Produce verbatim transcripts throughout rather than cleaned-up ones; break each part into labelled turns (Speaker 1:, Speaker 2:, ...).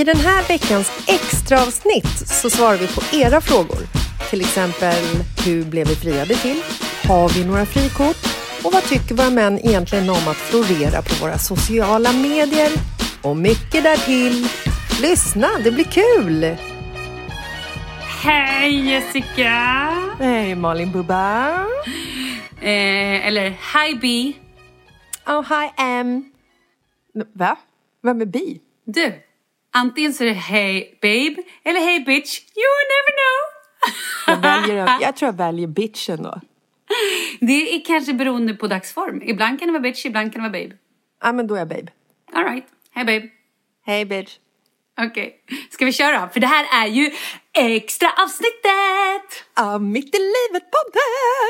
Speaker 1: I den här veckans extra avsnitt så svarar vi på era frågor. Till exempel, hur blev vi friade till? Har vi några frikort? Och vad tycker våra män egentligen om att florera på våra sociala medier? Och mycket därtill. Lyssna, det blir kul!
Speaker 2: Hej Jessica!
Speaker 1: Hej Malin Bubba!
Speaker 2: Eh, eller hi B.
Speaker 1: Oh, hi M. Va? Vem är B?
Speaker 2: Du, antingen så är det hej babe eller hej bitch. You will never know.
Speaker 1: Jag, väljer, jag tror jag väljer bitchen då.
Speaker 2: Det är kanske beroende på dagsform. Ibland kan det vara bitch, ibland kan det vara babe.
Speaker 1: Ja, men då är jag babe.
Speaker 2: All right. Hej babe.
Speaker 1: Hej bitch.
Speaker 2: Okej, okay. Ska vi köra? För det här är ju extra avsnittet!
Speaker 1: Ja, mitt i livet podden!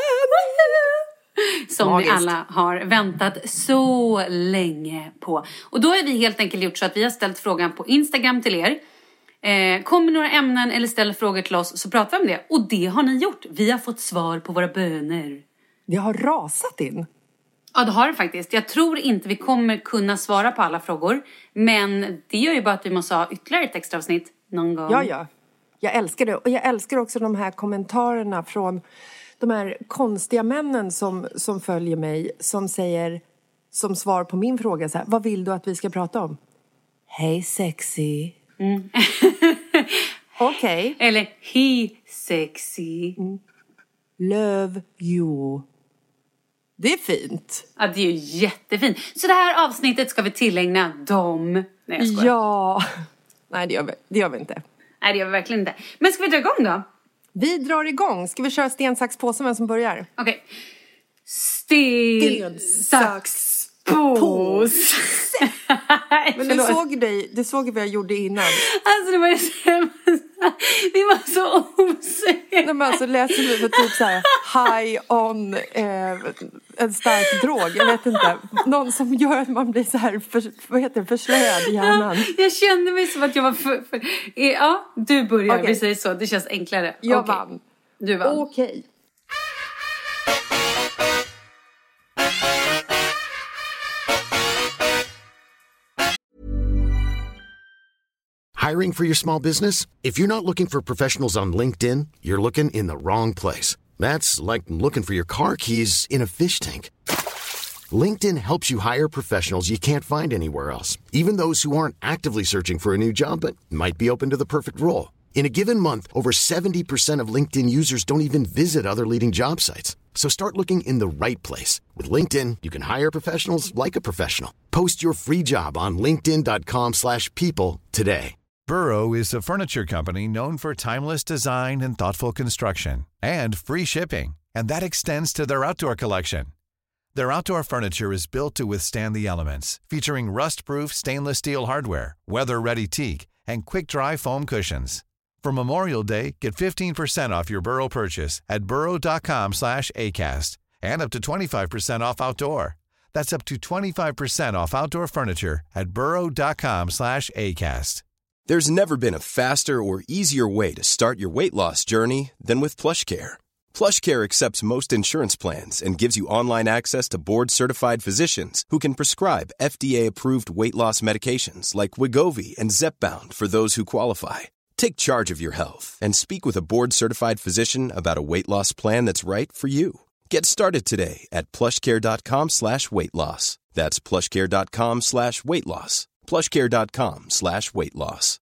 Speaker 2: Som
Speaker 1: Magiskt.
Speaker 2: vi alla har väntat så länge på. Och då har vi helt enkelt gjort så att vi har ställt frågan på Instagram till er. Eh, kommer några ämnen eller ställer frågor till oss så pratar vi om det. Och det har ni gjort. Vi har fått svar på våra böner.
Speaker 1: Det har rasat in.
Speaker 2: Ja, det har det faktiskt. Jag tror inte vi kommer kunna svara på alla frågor. Men det gör ju bara att vi måste ha ytterligare ett extra avsnitt någon gång.
Speaker 1: Ja, ja. Jag älskar det. Och jag älskar också de här kommentarerna från de här konstiga männen som, som följer mig. Som säger, som svar på min fråga så här: vad vill du att vi ska prata om? Hej sexy.
Speaker 2: Mm.
Speaker 1: Okej. Okay.
Speaker 2: Eller he sexy.
Speaker 1: Mm. Love you. Det är fint.
Speaker 2: Ja, det är ju jättefint. Så det här avsnittet ska vi tillägna dem. Nej, jag skojar.
Speaker 1: Ja. Nej, det gör vi, det gör vi inte.
Speaker 2: Nej, det gör vi verkligen inte. Men ska vi dra igång då?
Speaker 1: Vi drar igång. Ska vi köra sten, sax, påse, vem som börjar?
Speaker 2: Okej. Okay. Sten, sax, påse.
Speaker 1: Men du såg dig, du såg vad jag gjorde innan.
Speaker 2: Alltså det var ju så... Vi var så osäkra.
Speaker 1: Nej, men alltså läser vi för typ så här high on eh, en stark drog. Jag vet inte. Någon som gör att man blir så här för, vad heter det, förslöad i hjärnan.
Speaker 2: Ja, jag kände mig som att jag var för... för ja, du börjar.
Speaker 1: Okay.
Speaker 2: Vi säger så. Det känns enklare.
Speaker 1: Jag
Speaker 2: okay.
Speaker 1: vann.
Speaker 2: Du vann.
Speaker 1: Okej. Okay.
Speaker 3: Hiring for your small business? If you're not looking for professionals on LinkedIn, you're looking in the wrong place. That's like looking for your car keys in a fish tank. LinkedIn helps you hire professionals you can't find anywhere else, even those who aren't actively searching for a new job but might be open to the perfect role. In a given month, over seventy percent of LinkedIn users don't even visit other leading job sites. So start looking in the right place. With LinkedIn, you can hire professionals like a professional. Post your free job on linkedin.com slash people today.
Speaker 4: Burrow is a furniture company known for timeless design and thoughtful construction, and free shipping, and that extends to their outdoor collection. Their outdoor furniture is built to withstand the elements, featuring rust-proof stainless steel hardware, weather-ready teak, and quick-dry foam cushions. For Memorial Day, get fifteen percent off your Burrow purchase at burrow.com slash ACAST, and up to twenty-five percent off outdoor. That's up to twenty-five percent off outdoor furniture at burrow.com slash ACAST.
Speaker 5: There's never been a faster or easier way to start your weight loss journey than with PlushCare. PlushCare accepts most insurance plans and gives you online access to board-certified physicians who can prescribe F D A-approved weight loss medications like Wegovy and Zepbound for those who qualify. Take charge of your health and speak with a board-certified physician about a weight loss plan that's right for you. Get started today at plushcare.com slash weight loss. That's plushcare.com slash weight loss. plushcare.com slash weight loss.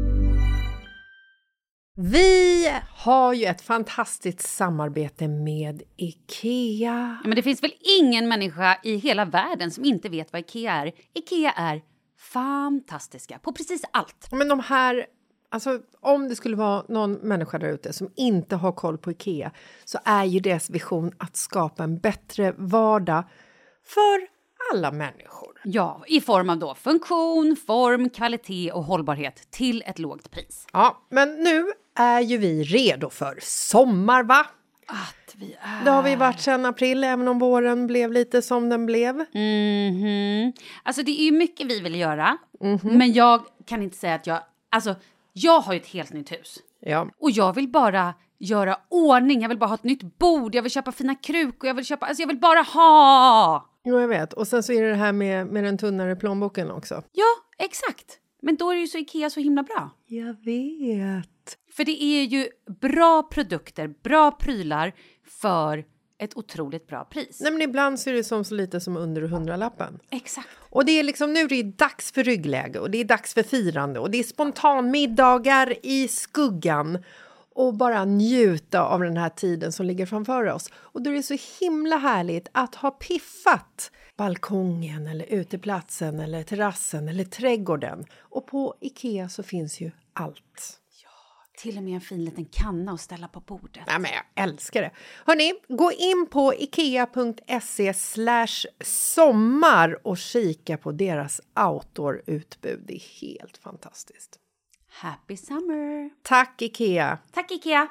Speaker 1: Vi har ju ett fantastiskt samarbete med IKEA.
Speaker 2: Ja, men det finns väl ingen människa i hela världen som inte vet vad IKEA är. IKEA är fantastiska på precis allt.
Speaker 1: Men de här, alltså om det skulle vara någon människa där ute som inte har koll på IKEA, så är ju deras vision att skapa en bättre vardag för alla människor.
Speaker 2: Ja, i form av då funktion, form, kvalitet och hållbarhet till ett lågt pris.
Speaker 1: Ja, men nu är ju vi redo för sommar, va?
Speaker 2: Att vi är...
Speaker 1: Det har vi varit sedan april, även om våren blev lite som den blev.
Speaker 2: Mhm. Alltså det är ju mycket vi vill göra.
Speaker 1: Mm-hmm.
Speaker 2: Men jag kan inte säga att jag... Alltså, jag har ju ett helt nytt hus.
Speaker 1: Ja.
Speaker 2: Och jag vill bara göra ordning. Jag vill bara ha ett nytt bord. Jag vill köpa fina krukor. Jag vill köpa... Alltså jag vill bara ha...
Speaker 1: Jo, jag vet. Och sen så är det det här med, med den tunnare plånboken också.
Speaker 2: Ja, exakt. Men då är ju så Ikea så himla bra.
Speaker 1: Jag vet.
Speaker 2: För det är ju bra produkter, bra prylar för ett otroligt bra pris.
Speaker 1: Nej, men ibland så är det som så lite som under hundralappen.
Speaker 2: Exakt.
Speaker 1: Och det är liksom nu är det dags för ryggläge och det är dags för firande och det är spontanmiddagar i skuggan och bara njuta av den här tiden som ligger framför oss. Och då är det så himla härligt att ha piffat balkongen eller uteplatsen eller terrassen eller trädgården. Och på Ikea så finns ju allt.
Speaker 2: Till och med en fin liten kanna att ställa på bordet.
Speaker 1: Nej, men jag älskar det. Hörrni, gå in på ikea.se slash sommar och kika på deras outdoor-utbud. Det är helt fantastiskt.
Speaker 2: Happy summer!
Speaker 1: Tack Ikea!
Speaker 2: Tack Ikea!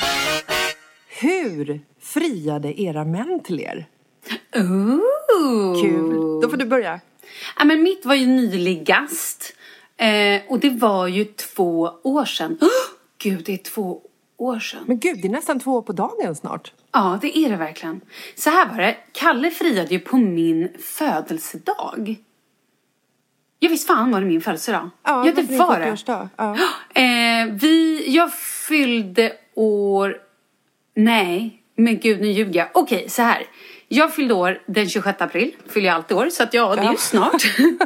Speaker 1: Hur friade era män till er?
Speaker 2: Ooh.
Speaker 1: Kul! Då får du börja.
Speaker 2: Ja, men mitt var ju nyligast. Eh, och det var ju två år sedan. Oh, gud, det är två år sedan.
Speaker 1: Men gud, det är nästan två år på dagen snart.
Speaker 2: Ja, det är det verkligen. Så här var det. Kalle friade ju på min födelsedag. Jag visst fan var det min födelsedag.
Speaker 1: Ja,
Speaker 2: ja det var det.
Speaker 1: Ja.
Speaker 2: Eh, vi, jag fyllde år... Nej, men gud, nu ljuger jag. Okej, så här. Jag fyllde år den tjugosjätte april. Fyller jag alltid år, så att ja, det är
Speaker 1: ja.
Speaker 2: ju snart.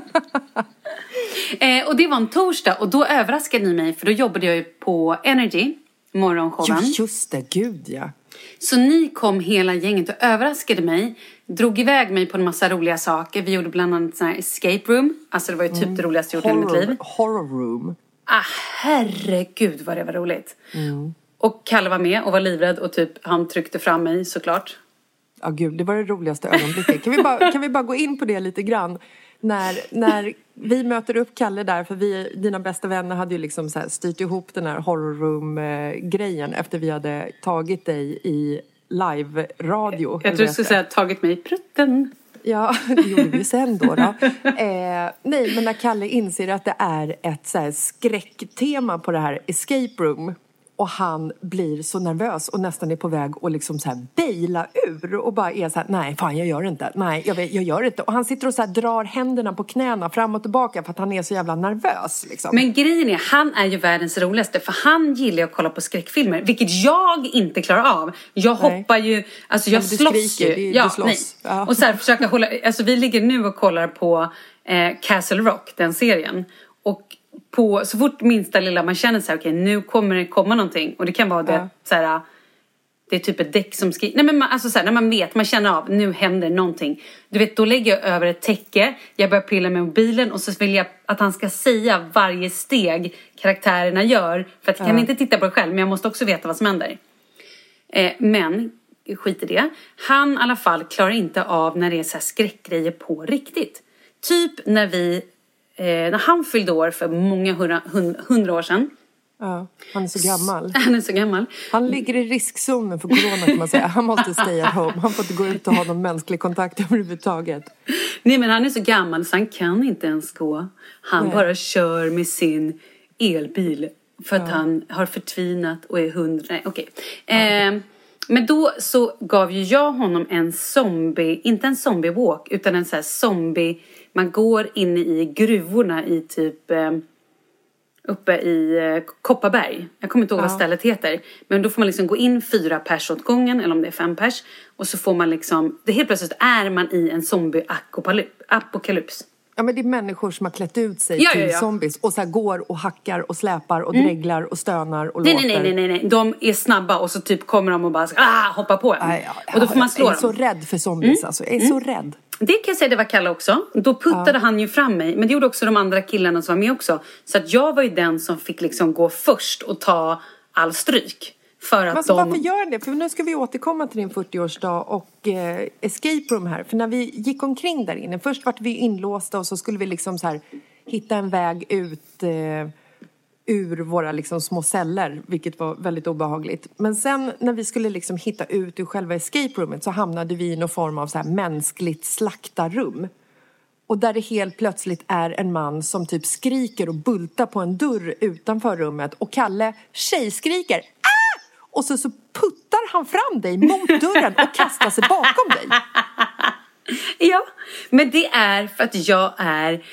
Speaker 2: eh, och det var en torsdag och då överraskade ni mig. För då jobbade jag ju på Energy, morgonshowen.
Speaker 1: Ja, just det, gud ja.
Speaker 2: Så ni kom hela gänget och överraskade mig. Drog iväg mig på en massa roliga saker. Vi gjorde bland annat sån här escape room. Alltså det var ju typ mm. det roligaste jag gjort i mitt liv.
Speaker 1: Horror room.
Speaker 2: Ah, herregud vad det var roligt.
Speaker 1: Mm.
Speaker 2: Och Kalle var med och var livrädd och typ han tryckte fram mig såklart.
Speaker 1: Ja gud, det var det roligaste ögonblicket. Kan vi bara, kan vi bara gå in på det lite grann? När, när vi möter upp Kalle där, för vi, dina bästa vänner hade ju liksom så här styrt ihop den här horror room-grejen efter vi hade tagit dig i live-radio.
Speaker 2: Jag tror du skulle säga tagit mig i prutten.
Speaker 1: Ja, det gjorde vi sen då. då. Eh, nej, men när Kalle inser att det är ett så här skräcktema på det här escape room. Och han blir så nervös och nästan är på väg att liksom så här bejla ur. Och bara är så här, nej fan jag gör det inte. Nej jag, jag gör det inte. Och han sitter och så här drar händerna på knäna fram och tillbaka för att han är så jävla nervös. Liksom.
Speaker 2: Men grejen är, han är ju världens roligaste. För han gillar att kolla på skräckfilmer. Vilket jag inte klarar av. Jag nej. hoppar ju, alltså jag slåss
Speaker 1: skriker,
Speaker 2: ju.
Speaker 1: Det,
Speaker 2: ja,
Speaker 1: du slåss.
Speaker 2: Nej. Ja. Och så här försöka hålla, alltså vi ligger nu och kollar på eh, Castle Rock, den serien. Och på, så fort minsta lilla man känner så här, okej okay, nu kommer det komma någonting. Och det kan vara det ja. så här, det är typ ett däck som skriver. Nej men man, alltså så här, när man vet, man känner av, nu händer någonting. Du vet, då lägger jag över ett täcke. Jag börjar pilla med mobilen och så vill jag att han ska säga varje steg karaktärerna gör. För att jag kan ja. inte titta på det själv, men jag måste också veta vad som händer. Eh, men, skit i det. Han i alla fall klarar inte av när det är så här skräckgrejer på riktigt. Typ när vi... Eh, när han fyllde år för många hundra, hundra år sedan.
Speaker 1: Ja, han är så gammal.
Speaker 2: Han är så gammal.
Speaker 1: Han ligger i riskzonen för corona kan man säga. Han måste stay at home. Han får inte gå ut och ha någon mänsklig kontakt överhuvudtaget. Nej,
Speaker 2: men han är så gammal så han kan inte ens gå. Han Nej. bara kör med sin elbil. För att ja. han har förtvinat och är hundra. Nej, okej. Okay. Eh, okay. Men då så gav ju jag honom en zombie. Inte en zombie walk utan en så här zombie... Man går in i gruvorna i typ eh, uppe i eh, Kopparberg. Jag kommer inte ihåg ja. vad stället heter. Men då får man liksom gå in fyra pers åt gången. Eller om det är fem pers. Och så får man liksom... Det helt plötsligt är man i en zombie-apokalyps.
Speaker 1: Ja men det är människor som har klätt ut sig
Speaker 2: ja,
Speaker 1: till
Speaker 2: ja, ja.
Speaker 1: zombies. Och så här går och hackar och släpar och mm. dreglar och stönar och
Speaker 2: nej,
Speaker 1: låter.
Speaker 2: Nej, nej, nej, nej. De är snabba och så typ kommer de och bara ah, hoppar på en.
Speaker 1: Ja, ja, ja.
Speaker 2: Och då får man slå
Speaker 1: Jag är
Speaker 2: dem.
Speaker 1: så rädd för zombies mm. alltså. Jag är mm. så rädd.
Speaker 2: Det kan jag säga, det var Kalle också. Då puttade ja. han ju fram mig. Men det gjorde också de andra killarna som var med också. Så att jag var ju den som fick liksom gå först och ta all stryk. För att
Speaker 1: alltså,
Speaker 2: de...
Speaker 1: Varför gör det? För nu ska vi återkomma till din fyrtioårsdag och eh, escape room här. För när vi gick omkring där inne. Först var vi inlåsta och så skulle vi liksom så här hitta en väg ut... Eh, ur våra liksom små celler, vilket var väldigt obehagligt. Men sen när vi skulle liksom hitta ut ur själva escape roomet så hamnade vi i någon form av så här mänskligt slaktarrum. Och där det helt plötsligt är en man som typ skriker och bultar på en dörr utanför rummet. Och Kalle tjejskriker ah! Och så, så puttar han fram dig mot dörren och kastar sig bakom dig.
Speaker 2: Ja, men det är för att jag är...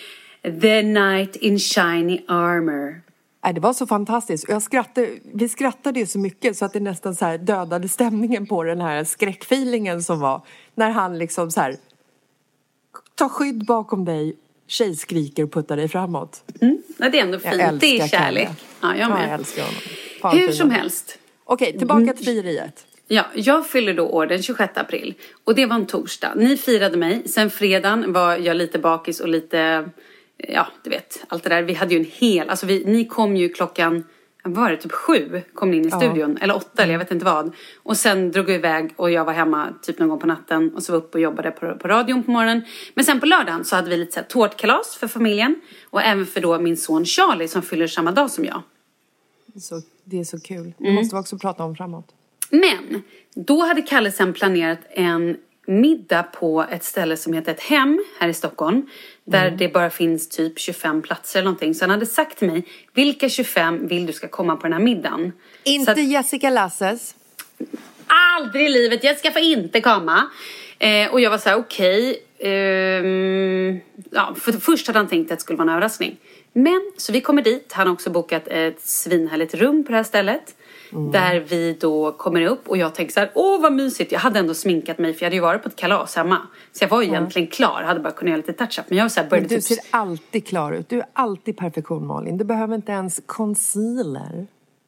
Speaker 2: The Knight in Shiny Armor.
Speaker 1: Nej, det var så fantastiskt. Jag skrattade, vi skrattade ju så mycket så att det nästan så här dödade stämningen på den här skräckfeelingen som var. När han liksom så här tar skydd bakom dig, tjej skriker och puttar dig framåt.
Speaker 2: Mm. Ja, det är ändå fint. Det är kärlek. Ja, jag med.
Speaker 1: Ja, jag älskar honom. Fan,
Speaker 2: Hur
Speaker 1: fin.
Speaker 2: som helst.
Speaker 1: Okej, tillbaka till frieriet.
Speaker 2: Ja, jag fyller då år den tjugosjätte april. Och det var en torsdag. Ni firade mig. Sen fredagen var jag lite bakis och lite... Ja, du vet. Allt det där. Vi hade ju en hel... Alltså vi, ni kom ju klockan... Vad var det? Typ sju kom ni in i studion. Ja. Eller åtta, eller jag vet inte vad. Och sen drog jag iväg och jag var hemma typ någon gång på natten. Och så var upp och jobbade på, på radion på morgonen. Men sen på lördagen så hade vi lite så här tårtkalas för familjen. Och även för då min son Charlie som fyller samma dag som jag.
Speaker 1: Så, det är så kul. Det
Speaker 2: Mm.
Speaker 1: måste vi också prata om framåt.
Speaker 2: Men då hade Kalle sen planerat en middag på ett ställe som heter Ett Hem här i Stockholm. Där mm. det bara finns typ tjugofem platser eller någonting. Så han hade sagt till mig, vilka tjugofem vill du ska komma på den här middagen?
Speaker 1: Inte
Speaker 2: att,
Speaker 1: Jessica Lasses.
Speaker 2: Aldrig i livet, jag ska få inte komma. Eh, och jag var så här, okej. Okay, eh, ja, för först hade han tänkt att det skulle vara en överraskning. Men så vi kommer dit. Han har också bokat ett svinhärligt rum på det här stället. Mm. Där vi då kommer upp och jag tänker så här, åh vad mysigt. Jag hade ändå sminkat mig för jag hade ju varit på ett kalas hemma. Så jag var ju mm. egentligen klar, jag hade bara kunnat göra lite touch-up. Men jag var så här, började
Speaker 1: men du
Speaker 2: typ...
Speaker 1: ser alltid klar ut, du är alltid perfektion Malin. Du behöver inte ens concealer.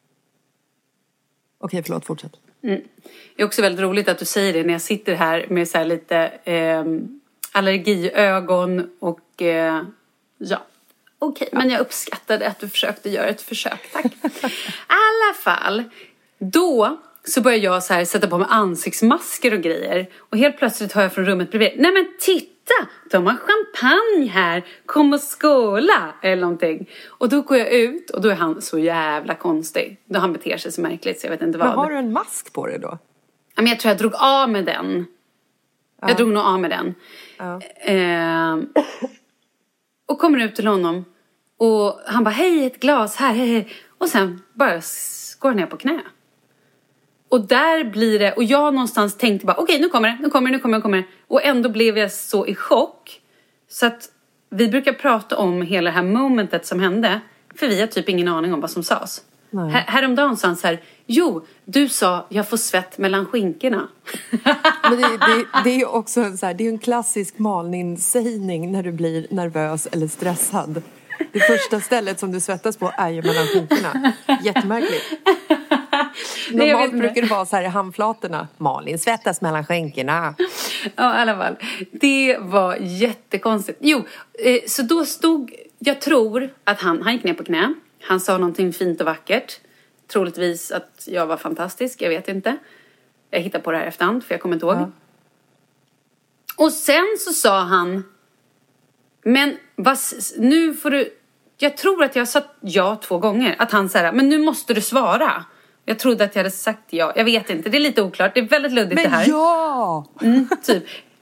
Speaker 1: Okej, förlåt, fortsätt.
Speaker 2: Mm. Det är också väldigt roligt att du säger det när jag sitter här med så här lite eh, allergiögon och eh, ja. Okej, okay, men jag uppskattade att du försökte göra ett försök, tack. I alla fall, då så börjar jag så här sätta på mig ansiktsmasker och grejer. Och helt plötsligt hör jag från rummet bredvid, nej men titta, de har champagne här, kom och skåla, eller någonting. Och då går jag ut och då är han så jävla konstig. Då han beter sig så märkligt så jag vet inte vad.
Speaker 1: Men har du en mask på dig då?
Speaker 2: Ja, men jag tror jag drog av med den. Ja. Jag drog nog av med den.
Speaker 1: Ja.
Speaker 2: Eh, och kommer ut till honom. Och han bara, hej, ett glas här, hej, hej. Och sen bara går ner på knä. Och där blir det, och jag någonstans tänkte bara, okej, okay, nu kommer det, nu kommer det, nu kommer det, nu kommer det. Och ändå blev jag så i chock. Så att vi brukar prata om hela det här momentet som hände. För vi har typ ingen aning om vad som sades. Här, häromdagen sa han så här, jo, du sa, jag får svett mellan skinkorna.
Speaker 1: Men det, det, det är ju också en, så här, det är en klassisk Malin-sägning när du blir nervös eller stressad. Det första stället som du svettas på är ju mellan skinkorna. Jättemärkligt.
Speaker 2: Nej,
Speaker 1: normalt brukar det vara så här i handflatorna. Malin svettas mellan skinkorna.
Speaker 2: Ja, i alla fall. Det var jättekonstigt. Jo, eh, så då stod... Jag tror att han, han gick ner på knä. Han sa någonting fint och vackert. Troligtvis att jag var fantastisk. Jag vet inte. Jag hittar på det här efterhand, för jag kommer inte ihåg. Ja. Och sen så sa han... Men vad, nu får du... Jag tror att jag sa ja två gånger. Att han sa, men nu måste du svara. Jag trodde att jag hade sagt ja. Jag vet inte, det är lite oklart. Det är väldigt luddigt
Speaker 1: men
Speaker 2: det här.
Speaker 1: Men ja!
Speaker 2: Mm, typ.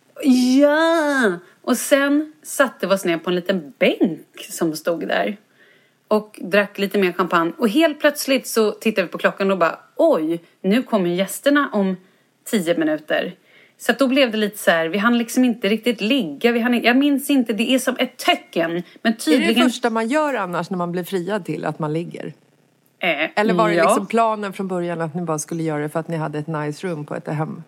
Speaker 2: Ja! Och sen satte vi oss ner på en liten bänk som stod där. Och drack lite mer champagne. Och helt plötsligt så tittade vi på klockan och bara, oj, nu kommer gästerna om tio minuter. Så att då blev det lite så här, vi hann liksom inte riktigt ligga. Vi hann, jag minns inte, det är som ett töcken. Men tydligen...
Speaker 1: Är det det första man gör annars när man blir friad till, att man ligger?
Speaker 2: Eh,
Speaker 1: Eller var det
Speaker 2: ja.
Speaker 1: liksom planen från början att ni bara skulle göra det för att ni hade ett nice room på ett hem?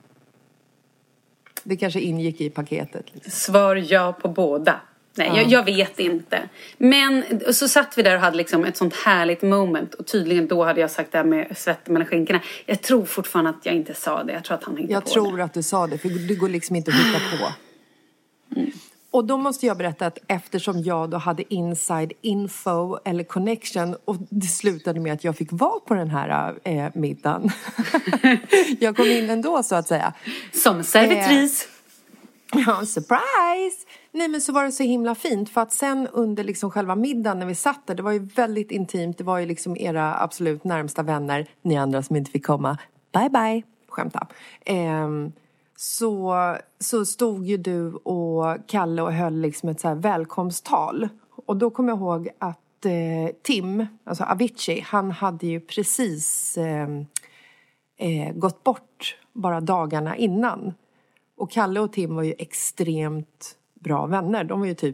Speaker 1: Det kanske ingick i paketet. Liksom.
Speaker 2: Svar ja på båda. Nej, ja. jag, jag vet inte. Men så satt vi där och hade liksom ett sånt härligt moment. Och tydligen då hade jag sagt det här med svett mellan skinkorna. Jag tror fortfarande att jag inte sa det. Jag tror att han hittade
Speaker 1: jag
Speaker 2: på
Speaker 1: tror
Speaker 2: det.
Speaker 1: att du sa det, för det går liksom inte att hitta på. Mm. Och då måste jag berätta att eftersom jag då hade inside info eller connection och det slutade med att jag fick vara på den här eh, middagen. Jag kom in ändå så att säga.
Speaker 2: Som servitris.
Speaker 1: Eh, ja, surprise! Nej, men så var det så himla fint för att sen under liksom själva middagen när vi satt där, det var ju väldigt intimt. Det var ju liksom era absolut närmsta vänner, ni andra som inte fick komma. Bye bye, skämta. Eh, Så, så stod ju du och Kalle och höll liksom ett så här välkomsttal. Och då kom jag ihåg att eh, Tim, alltså Avicii, han hade ju precis eh, eh, gått bort bara dagarna innan. Och Kalle och Tim var ju extremt bra vänner. De var ju typ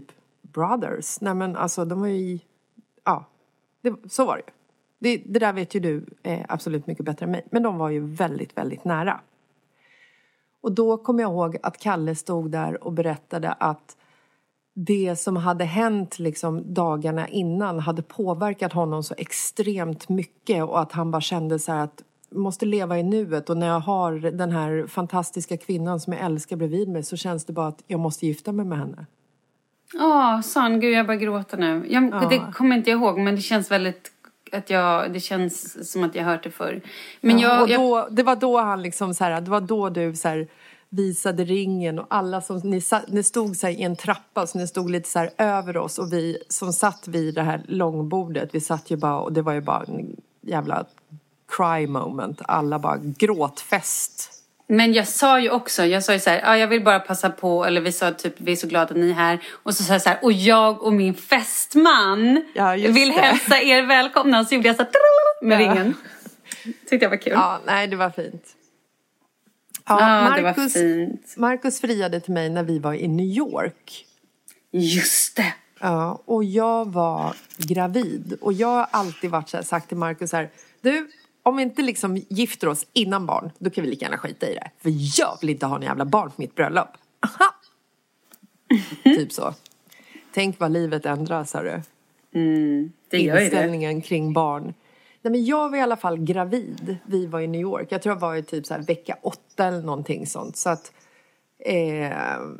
Speaker 1: brothers. Nej men alltså de var ju, ja, det, så var det ju. Det, det där vet ju du eh, absolut mycket bättre än mig. Men de var ju väldigt, väldigt nära. Och då kom jag ihåg att Kalle stod där och berättade att det som hade hänt liksom dagarna innan hade påverkat honom så extremt mycket. Och att han bara kände så här att måste leva i nuet. Och när jag har den här fantastiska kvinnan som jag älskar bredvid mig så känns det bara att jag måste gifta mig med henne.
Speaker 2: Ja, oh, sån. Gud, jag bara gråter nu. Jag,
Speaker 1: ja.
Speaker 2: Det kommer inte jag ihåg, men det känns väldigt... Att jag, det känns som att jag hört det förr. Men
Speaker 1: ja,
Speaker 2: jag,
Speaker 1: och då,
Speaker 2: jag...
Speaker 1: det var då han liksom så här, det var då du så här visade ringen och alla som, ni, ni stod så här i en trappa så ni stod lite så här över oss och vi som satt vid det här långbordet, vi satt ju bara och det var ju bara en jävla cry moment, alla bara gråtfest.
Speaker 2: Men jag sa ju också, jag sa ju så här, ja, jag vill bara passa på, eller vi sa typ, vi är så glada att ni är här. Och så sa jag så här, och jag och min fästman
Speaker 1: ja,
Speaker 2: vill
Speaker 1: det.
Speaker 2: hälsa er välkomna. Så gjorde jag så här, med ja. ringen. Tyckte jag var kul.
Speaker 1: Ja, nej det var fint. Ja,
Speaker 2: ja
Speaker 1: Marcus,
Speaker 2: det var fint.
Speaker 1: Marcus friade till mig när vi var i New York.
Speaker 2: Just det.
Speaker 1: Ja, och jag var gravid. Och jag har alltid varit så här, sagt till Marcus så här, du... Om vi inte liksom gifter oss innan barn, då kan vi lika gärna skita i det. För jag vill inte ha en jävla barn för mitt bröllop. Aha! Typ så. Tänk vad livet ändras, hörru.
Speaker 2: Mm, det gör ju det.
Speaker 1: Inställningen kring barn. Nej, men jag var i alla fall gravid. Vi var i New York. Jag tror jag var i typ så här vecka åtta eller någonting sånt. Så att eh,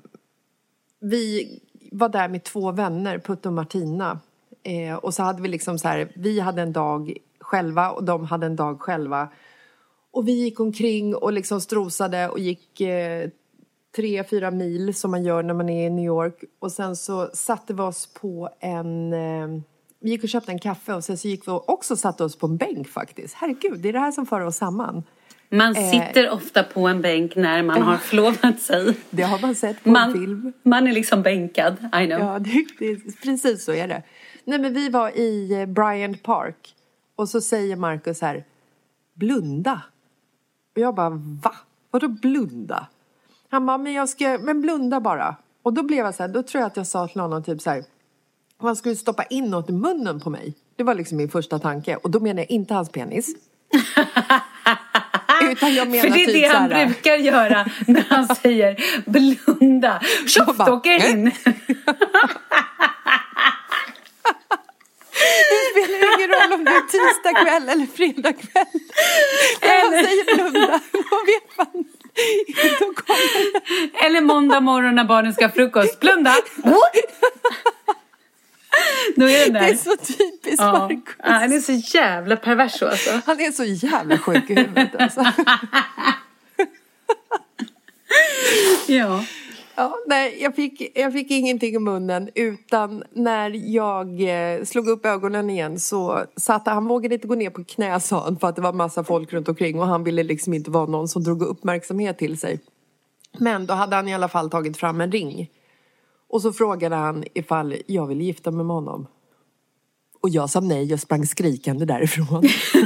Speaker 1: vi var där med två vänner, Putte och Martina. Eh, och så hade vi liksom så här, vi hade en dag själva och de hade en dag själva. Och vi gick omkring och liksom strosade och gick eh, tre, fyra mil som man gör när man är i New York. Och sen så satte vi oss på en... Eh, vi gick och köpte en kaffe och sen så gick vi och också satte oss på en bänk faktiskt. Herregud, det är det här som för oss samman.
Speaker 2: Man sitter eh, ofta på en bänk när man har förlovat sig.
Speaker 1: Det har man sett på
Speaker 2: man,
Speaker 1: en film.
Speaker 2: Man är liksom bänkad, I know.
Speaker 1: Ja, det, det, precis så är det. Nej, men vi var i Bryant Park. Och så säger Marcus här, blunda. Och jag bara, va? Vadå blunda? Han bara, men jag ska, men blunda bara. Och då blev jag så här, då tror jag att jag sa till honom typ så här, man skulle stoppa in något i munnen på mig. Det var liksom min första tanke. Och då menar jag inte hans penis. Utan jag menar
Speaker 2: för det är
Speaker 1: typ
Speaker 2: det han
Speaker 1: såhär,
Speaker 2: brukar göra när han säger blunda. Tjoff, åker in.
Speaker 1: Det spelar ingen roll om det är tisdag kväll eller fredag kväll. När han säger blunda, då vet man. Då kommer...
Speaker 2: Eller måndag morgon när barnen ska ha frukost. Blunda. Då är det, där.
Speaker 1: Det är så typiskt
Speaker 2: ja.
Speaker 1: Marcus.
Speaker 2: Ja, han är så jävla pervers alltså.
Speaker 1: Han är så jävla sjuk i huvudet alltså.
Speaker 2: Ja.
Speaker 1: Ja, nej, jag fick, jag fick ingenting i munnen utan när jag eh, slog upp ögonen igen så satt han, vågade inte gå ner på knä sa han, för att det var massa folk runt omkring och han ville liksom inte vara någon som drog uppmärksamhet till sig. Men då hade han i alla fall tagit fram en ring. Och så frågade han ifall jag ville gifta mig med honom. Och jag sa nej, jag sprang skrikande därifrån.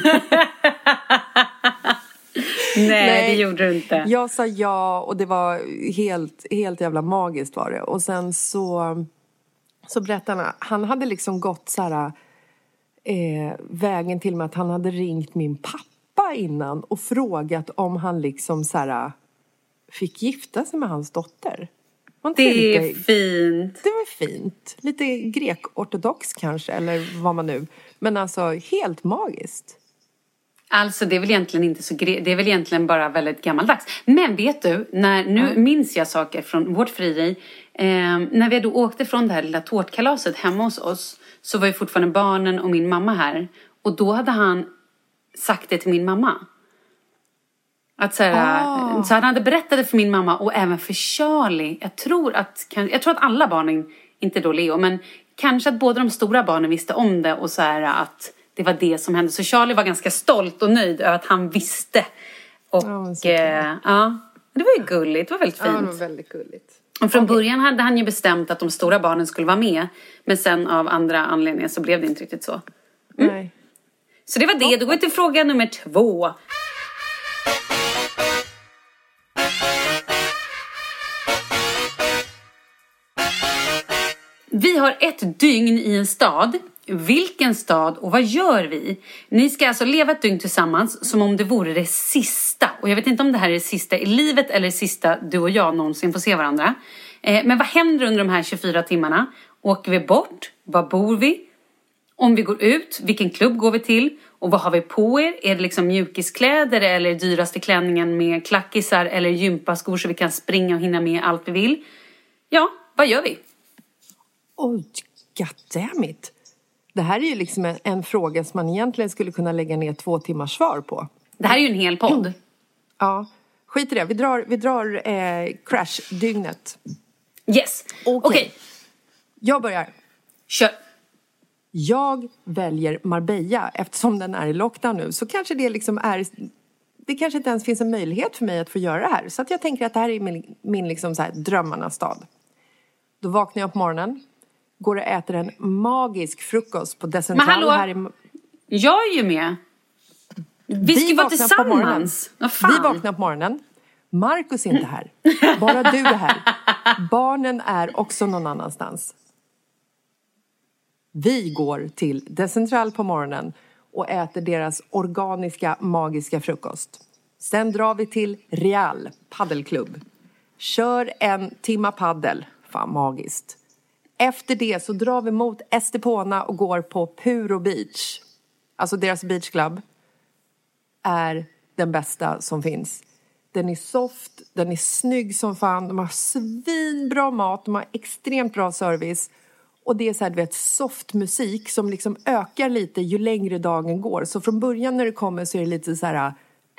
Speaker 2: Nej, Nej, det gjorde du inte.
Speaker 1: Jag sa ja och det var helt, helt jävla magiskt var det. Och sen så, så berättade han, han hade liksom gått så här, eh, vägen till mig att han hade ringt min pappa innan och frågat om han liksom så här, fick gifta sig med hans dotter.
Speaker 2: Det är lite, fint.
Speaker 1: Det var fint. Lite grek-ortodox kanske, eller vad man nu. Men alltså helt magiskt.
Speaker 2: Alltså det är väl egentligen inte så gre- det är väl egentligen bara väldigt gammaldags. Men vet du, när, nu mm. minns jag saker från vårt frieri. Eh, när vi då åkte från det här lilla tårtkalaset hemma hos oss så var ju fortfarande barnen och min mamma här. Och då hade han sagt det till min mamma. Att så, här, ah. så han hade berättat det för min mamma och även för Charlie. Jag tror att, jag tror att alla barnen, inte då Leo, men kanske att båda de stora barnen visste om det och så här att det var det som hände. Så Charlie var ganska stolt och nöjd över att han visste. Och ja, eh, ja, det var ju gulligt. Det var väldigt fint.
Speaker 1: Ja, det var väldigt gulligt.
Speaker 2: Och från okay. början hade han ju bestämt att de stora barnen skulle vara med. Men sen av andra anledningar så blev det inte riktigt så. Mm.
Speaker 1: Nej.
Speaker 2: Så det var det. Då går vi till fråga nummer två. Vi har ett dygn i en stad. Vilken stad och vad gör vi? Ni ska alltså leva ett dygn tillsammans som om det vore det sista. Och jag vet inte om det här är det sista i livet eller det sista du och jag någonsin får se varandra. Eh, men vad händer under de här tjugofyra timmarna? Åker vi bort? Var bor vi? Om vi går ut, vilken klubb går vi till? Och vad har vi på er? Är det liksom mjukiskläder eller dyraste klänningen med klackisar eller gympaskor så vi kan springa och hinna med allt vi vill? Ja, vad gör vi?
Speaker 1: Oj, goddammit. Det här är ju liksom en, en fråga som man egentligen skulle kunna lägga ner två timmars svar på.
Speaker 2: Det här är ju en hel podd.
Speaker 1: Mm. Ja, skit i det. Vi drar, vi drar eh, crash-dygnet.
Speaker 2: Yes, okej. Okay. Okay.
Speaker 1: Jag börjar.
Speaker 2: Kör.
Speaker 1: Jag väljer Marbella eftersom den är i lockdown nu. Så kanske det liksom är... Det kanske inte ens finns en möjlighet för mig att få göra det här. Så att jag tänker att det här är min, min liksom så här drömmarnas stad. Då vaknar jag på morgonen. Går och äter en magisk frukost på Decentral.
Speaker 2: Men hallå,
Speaker 1: här i...
Speaker 2: jag är ju med. Vi, vi ska vara tillsammans.
Speaker 1: Vi vaknar på morgonen. Marcus är inte här. Bara du är här. Barnen är också någon annanstans. Vi går till Decentral på morgonen och äter deras organiska, magiska frukost. Sen drar vi till Real paddelklubb. Kör en timma paddel. Fan, magiskt. Efter det så drar vi mot Estepona och går på Puro Beach. Alltså deras beachclub är den bästa som finns. Den är soft, den är snygg som fan. De har svinbra mat, de har extremt bra service. Och det är så här, du vet, soft musik som liksom ökar lite ju längre dagen går. Så från början när det kommer så är det lite så här...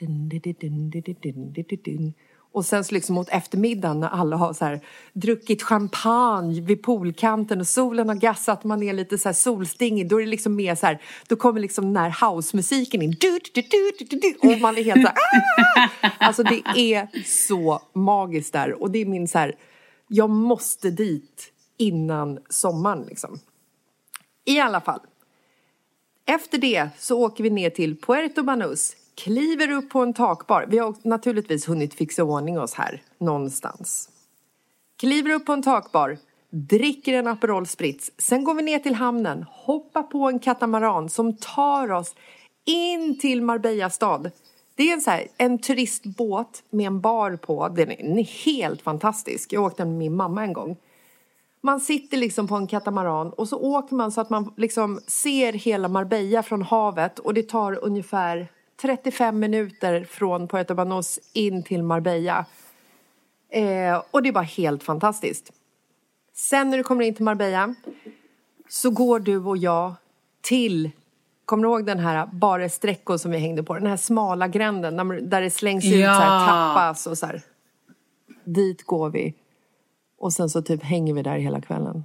Speaker 1: Och sen så liksom mot eftermiddagen när alla har så här druckit champagne vid poolkanten och solen har gassat, man är lite så här solstingig, då är det liksom mer så här, då kommer liksom den här house-musiken in. Och man är helt så här, ah! Alltså det är så magiskt där. Och det är min så här, jag måste dit innan sommaren liksom. I alla fall. Efter det så åker vi ner till Puerto Banús. Kliver upp på en takbar. Vi har naturligtvis hunnit fixa ordning oss här någonstans. Kliver upp på en takbar. Dricker en Aperol Spritz. Sen går vi ner till hamnen. Hoppar på en katamaran som tar oss in till Marbella stad. Det är en, så här, en turistbåt med en bar på. Den är, den är helt fantastisk. Jag åkte med min mamma en gång. Man sitter liksom på en katamaran och så åker man så att man liksom ser hela Marbella från havet. Och det tar ungefär trettiofem minuter från Puerto Banús in till Marbella. Eh, och det är bara helt fantastiskt. Sen när du kommer in till Marbella så går du och jag till, kommer du ihåg den här bara sträckor som vi hängde på? Den här smala gränden där det slängs ut
Speaker 2: ja.
Speaker 1: så här, tappas och så här. Dit går vi. Och sen så typ hänger vi där hela kvällen.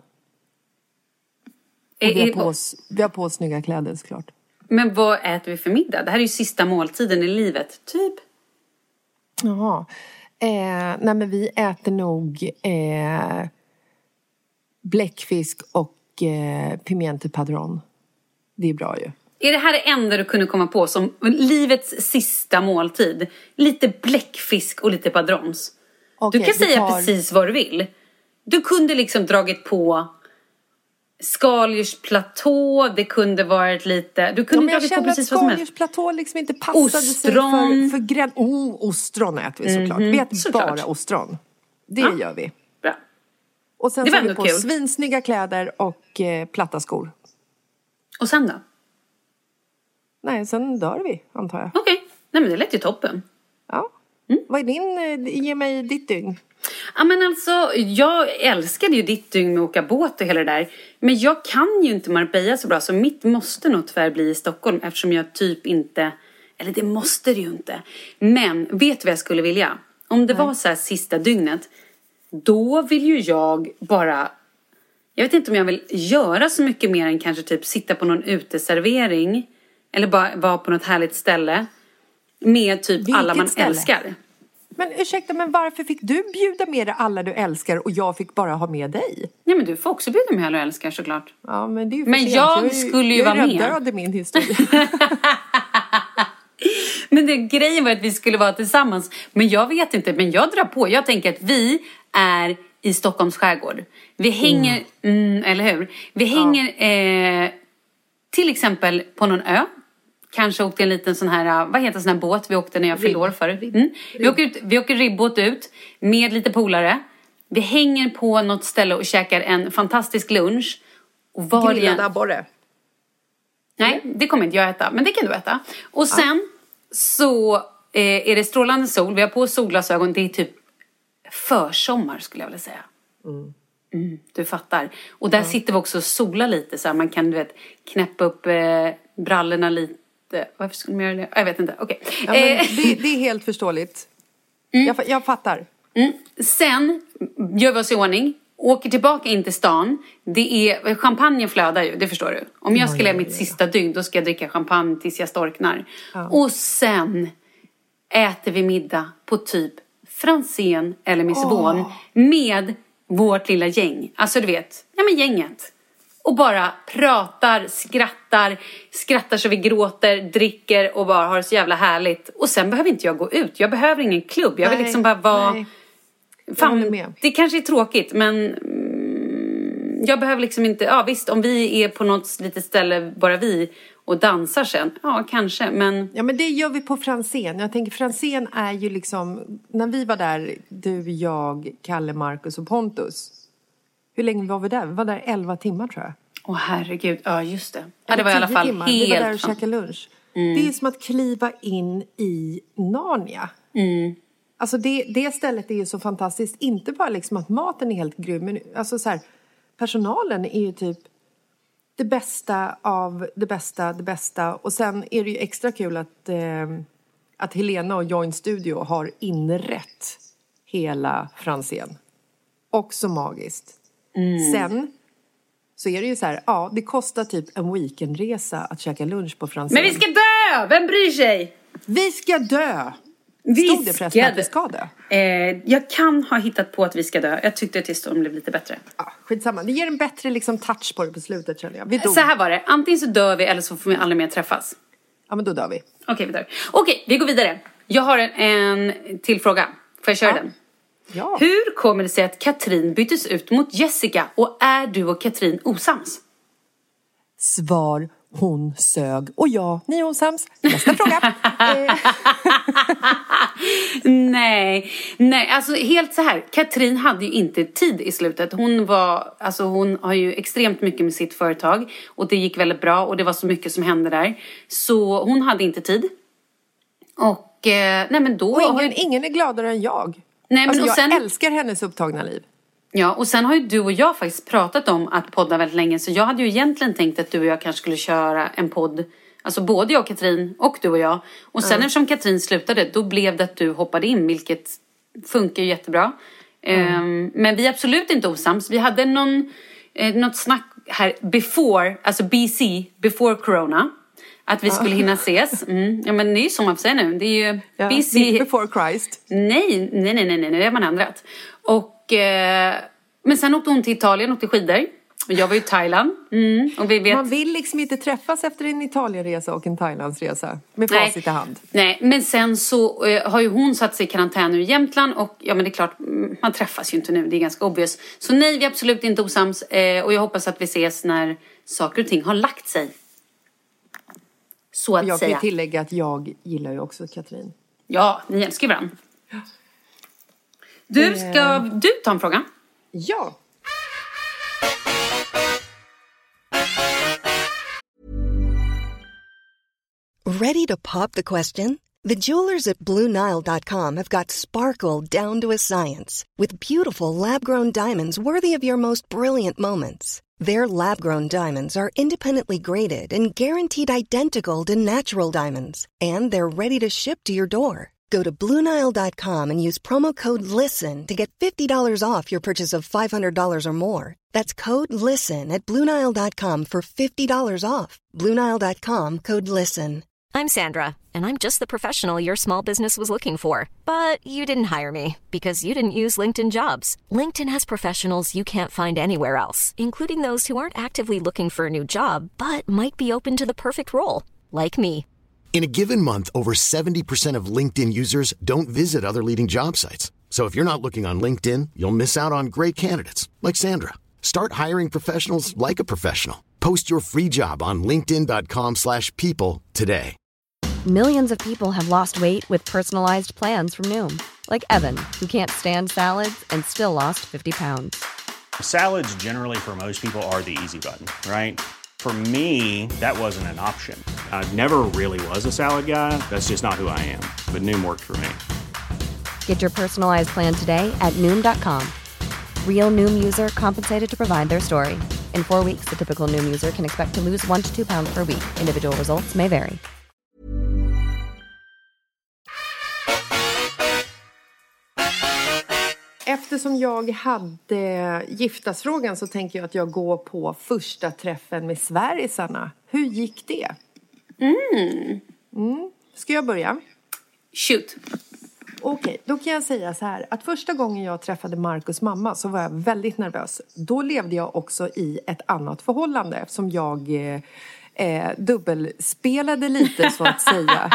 Speaker 1: Och vi har på oss, vi har på oss snygga kläder såklart.
Speaker 2: Men vad äter vi för middag? Det här är ju sista måltiden i livet, typ.
Speaker 1: Jaha. Eh, nej men vi äter nog eh, bläckfisk och eh, pimiento padron. Det är bra ju.
Speaker 2: Är det här det enda du kunde komma på som livets sista måltid? Lite bläckfisk och lite padrons. Okay, du kan säga tar... precis vad du vill. Du kunde liksom dragit på skaldjursplatå, det kunde varit lite... Du kunde
Speaker 1: ja,
Speaker 2: dragit på precis vad som helst.
Speaker 1: Skaldjursplatå liksom inte passade ostron. sig för, för grädd... Oh, ostron äter vi såklart. Mm-hmm. Vi äter såklart. bara ostron. Det ja. gör vi.
Speaker 2: Bra.
Speaker 1: Och sen så har vi på kul. svinsnygga kläder och eh, platta skor.
Speaker 2: Och sen då?
Speaker 1: Nej, sen dör vi, antar jag.
Speaker 2: Okej, okay. Nej men det lät ju toppen.
Speaker 1: Ja. Mm. Vad är din... Ge mig ditt dygn.
Speaker 2: Ja men alltså, jag älskade ju ditt dygn med att åka båt och hela det där. Men jag kan ju inte Marbella så bra, så mitt måste nog tyvärr bli i Stockholm. Eftersom jag typ inte, eller det måste det ju inte. Men vet du vad jag skulle vilja? Om det Nej. var så här sista dygnet, då vill ju jag bara... Jag vet inte om jag vill göra så mycket mer än kanske typ sitta på någon uteservering. Eller bara vara på något härligt ställe. Med typ Vilket alla man ställe? älskar.
Speaker 1: Men ursäkta, men varför fick du bjuda med dig alla du älskar och jag fick bara ha med dig?
Speaker 2: Nej, men du får också bjuda med alla du älskar såklart.
Speaker 1: Ja, men det är ju
Speaker 2: Men
Speaker 1: sent.
Speaker 2: jag,
Speaker 1: jag
Speaker 2: skulle ju
Speaker 1: jag
Speaker 2: vara med.
Speaker 1: Jag är död i min historia.
Speaker 2: Men det, grejen var att vi skulle vara tillsammans. Men jag vet inte, men jag drar på. Jag tänker att vi är i Stockholms skärgård. Vi hänger, mm. Mm, eller hur? Vi hänger ja. eh, till exempel på någon ö. Kanske åkte en liten sån här, vad heter sån här båt vi åkte när jag fyllde år förut. Mm. Vi, åker ut, vi åker ribbåt ut med lite polare. Vi hänger på något ställe och käkar en fantastisk lunch. Och var
Speaker 1: grillad abborre.
Speaker 2: Nej, det kommer inte jag äta, men det kan du äta. Och sen ja. så eh, är det strålande sol. Vi har på solglasögon, det är typ försommar skulle jag vilja säga. Mm. Mm, du fattar. Och där mm. sitter vi också och solar lite så här. Man kan, du vet, knäppa upp eh, brallorna lite. Varför skulle man göra det? Jag vet inte, okej. Okay.
Speaker 1: Ja, eh. det, det är helt förståeligt. Mm. Jag, jag fattar.
Speaker 2: Mm. Sen gör vi oss i ordning. Åker tillbaka in till stan. Det är, champagne flödar ju, det förstår du. Om jag ska ja, leva mitt ja, ja. sista dygn, då ska jag dricka champagne tills jag storknar. Ja. Och sen äter vi middag på typ Franzén eller Miss Vaughan oh. med vårt lilla gäng. Alltså du vet, ja men gänget. Och bara pratar, skrattar, skrattar så vi gråter, dricker och bara har det så jävla härligt. Och sen behöver inte jag gå ut. Jag behöver ingen klubb. Jag vill nej, liksom bara vara... Nej. Fan, det kanske är tråkigt, men mm, jag behöver liksom inte... Ja visst, om vi är på något litet ställe, bara vi, och dansar sen. Ja, kanske, men...
Speaker 1: Ja, men det gör vi på Franzén. Jag tänker, Franzén är ju liksom... När vi var där, du, jag, Kalle, Marcus och Pontus. Hur länge var vi där? Vi var där elva timmar, tror jag.
Speaker 2: Åh, herregud. Ja, just det. Ja, det var i alla fall timmar. Helt...
Speaker 1: Vi var där och käkade lunch. Mm. Det är som att kliva in i Narnia.
Speaker 2: Mm.
Speaker 1: Alltså det, det stället är ju så fantastiskt. Inte bara liksom att maten är helt grym. Men alltså så här, personalen är ju typ det bästa av det bästa, det bästa. Och sen är det ju extra kul att, eh, att Helena och Join Studio har inrätt hela Franzén. Också magiskt. Mm. Sen så är det ju så här, ja, det kostar typ en weekendresa att käka lunch på Franzén.
Speaker 2: Men vi ska dö! Vem bryr sig?
Speaker 1: Vi ska dö!
Speaker 2: Vi
Speaker 1: Stod det förresten att vi ska dö?
Speaker 2: Eh, jag kan ha hittat på att vi ska dö. Jag tyckte att det blev lite bättre.
Speaker 1: Ja, skitsamma. Det ger en bättre liksom, touch på det på slutet, känner jag. Vi
Speaker 2: dog. Så här var det. Antingen så dör vi eller så får vi aldrig mer träffas.
Speaker 1: Ja, men då dör vi.
Speaker 2: Okej, okay, vi dör. Okej, okay, vi går vidare. Jag har en, en till fråga. Får jag köra
Speaker 1: ja.
Speaker 2: den?
Speaker 1: Ja.
Speaker 2: Hur kommer det sig att Katrin byttes ut mot Jessica? Och är du och Katrin osams?
Speaker 1: Svar, hon sög. Och ja, ni är osams. Nästa fråga.
Speaker 2: nej, nej, alltså helt så här. Katrin hade ju inte tid i slutet. Hon var, alltså hon har ju extremt mycket med sitt företag. Och det gick väldigt bra och det var så mycket som hände där. Så hon hade inte tid. Och, eh, nej men då...
Speaker 1: Och ingen, ingen är gladare än jag.
Speaker 2: Nej, men
Speaker 1: alltså,
Speaker 2: och
Speaker 1: jag
Speaker 2: sen,
Speaker 1: älskar hennes upptagna liv.
Speaker 2: Ja, och sen har ju du och jag faktiskt pratat om att podda väldigt länge. Så jag hade ju egentligen tänkt att du och jag kanske skulle köra en podd. Alltså både jag och Katrin och du och jag. Och sen mm. eftersom Katrin slutade, då blev det att du hoppade in. Vilket funkar ju jättebra. Mm. Um, men vi är absolut inte osams. Vi hade någon, eh, något snack här before, alltså B C, before corona. Att vi skulle hinna ses. Mm. Ja, men det är ju som man får säga nu. Det är ju
Speaker 1: ja,
Speaker 2: B C.
Speaker 1: Before Christ.
Speaker 2: Nej, nej, nej, nej, nej. Det har man ändrat. Och, eh, men sen åkte hon till Italien och åkte skidor. Och jag var ju i Thailand. Mm. Och vi vet...
Speaker 1: Man vill liksom inte träffas efter en Italienresa och en Thailandsresa. Med facit i hand.
Speaker 2: Nej, men sen så eh, har ju hon satt sig i karantän nu i Jämtland. Och ja, men det är klart, man träffas ju inte nu. Det är ganska obvious. Så nej, vi är absolut inte osams. Eh, och jag hoppas att vi ses när saker och ting har lagt sig. Så att
Speaker 1: jag
Speaker 2: säga.
Speaker 1: kan tillägga att jag gillar ju också Katrin.
Speaker 2: Ja, ni älskar ju varandra. Du, ska du ta en fråga?
Speaker 1: Ja.
Speaker 6: Ready to pop the question? The jewelers at Blue Nile dot com have got sparkle down to a science with beautiful lab-grown diamonds worthy of your most brilliant moments. Their lab-grown diamonds are independently graded and guaranteed identical to natural diamonds. And they're ready to ship to your door. Go to Blue Nile dot com and use promo code LISTEN to get fifty dollars off your purchase of five hundred dollars or more. That's code LISTEN at Blue Nile dot com for fifty dollars off. Blue Nile dot com, code LISTEN.
Speaker 7: I'm Sandra, and I'm just the professional your small business was looking for. But you didn't hire me because you didn't use LinkedIn Jobs. LinkedIn has professionals you can't find anywhere else, including those who aren't actively looking for a new job, but might be open to the perfect role, like me.
Speaker 3: In a given month, over seventy percent of LinkedIn users don't visit other leading job sites. So if you're not looking on LinkedIn, you'll miss out on great candidates like Sandra. Start hiring professionals like a professional. Post your free job on linkedin dot com slash people today.
Speaker 8: Millions of people have lost weight with personalized plans from Noom. Like Evan, who can't stand salads and still lost fifty pounds.
Speaker 9: Salads generally for most people are the easy button, right? For me, that wasn't an option. I never really was a salad guy. That's just not who I am. But Noom worked for me.
Speaker 8: Get your personalized plan today at Noom dot com. Real Noom user compensated to provide their story. In four weeks, the typical Noom user can expect to lose one to two pounds per week. Individual results may vary.
Speaker 1: Eftersom jag hade giftasfrågan så tänker jag att jag går på första träffen med Sverigesarna. Hur gick det?
Speaker 2: Mm.
Speaker 1: Mm. Ska jag börja?
Speaker 2: Shoot.
Speaker 1: Okej, okay, då kan jag säga så här. Att första gången jag träffade Marcus mamma så var jag väldigt nervös. Då levde jag också i ett annat förhållande. Eftersom jag eh, dubbelspelade lite så att säga.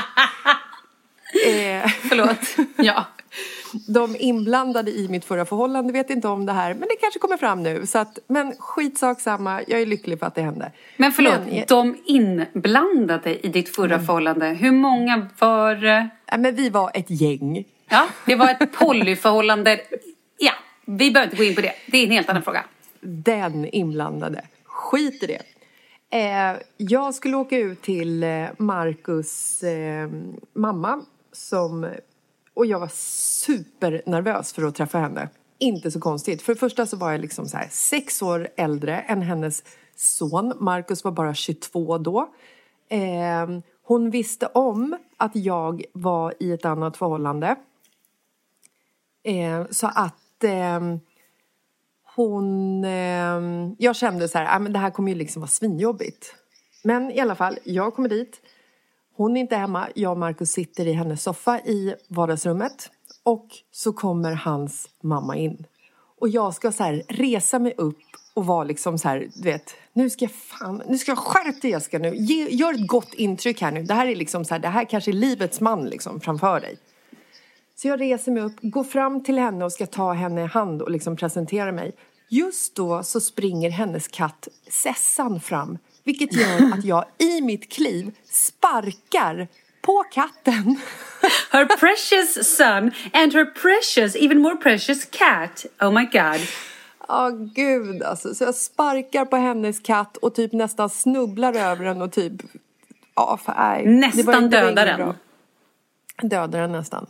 Speaker 2: eh, Förlåt, ja.
Speaker 1: De inblandade i mitt förra förhållande vet inte om det här. Men det kanske kommer fram nu. Så att, men skitsak samma. Jag är lycklig för att det hände.
Speaker 2: Men förlåt, men, de inblandade i ditt förra mm. förhållande. Hur många var...
Speaker 1: Ja, men vi var ett gäng.
Speaker 2: Ja, det var ett polyförhållande. Ja, vi behöver inte gå in på det. Det är en helt annan fråga.
Speaker 1: Den inblandade. Skit i det. Eh, jag skulle åka ut till Marcus eh, mamma som... Och jag var supernervös för att träffa henne. Inte så konstigt. För det första så var jag liksom så här sex år äldre än hennes son. Marcus var bara tjugotvå då. Eh, hon visste om att jag var i ett annat förhållande. Eh, så att eh, hon... Eh, jag kände så här, ah, men det här kommer ju liksom vara svinjobbigt. Men i alla fall, jag kommer dit. Hon är inte hemma. Jag och Marcus sitter i hennes soffa i vardagsrummet. Och så kommer hans mamma in. Och jag ska så här resa mig upp och vara liksom så här, du vet. Nu ska jag fan, nu ska jag skärpa dig, Jessica nu. Ge, gör ett gott intryck här nu. Det här är liksom så här, det här kanske är livets man liksom framför dig. Så jag reser mig upp, går fram till henne och ska ta henne i hand och liksom presentera mig. Just då så springer hennes katt Sessan fram. Vilket gör att jag i mitt kliv sparkar på katten.
Speaker 2: Her precious son and her precious, even more precious cat. Oh my god.
Speaker 1: Ja, oh, gud alltså. Så jag sparkar på hennes katt och typ nästan snubblar över den och typ... Ja, för, nej.
Speaker 2: Nästan dödar den. Bra.
Speaker 1: Dödar den nästan.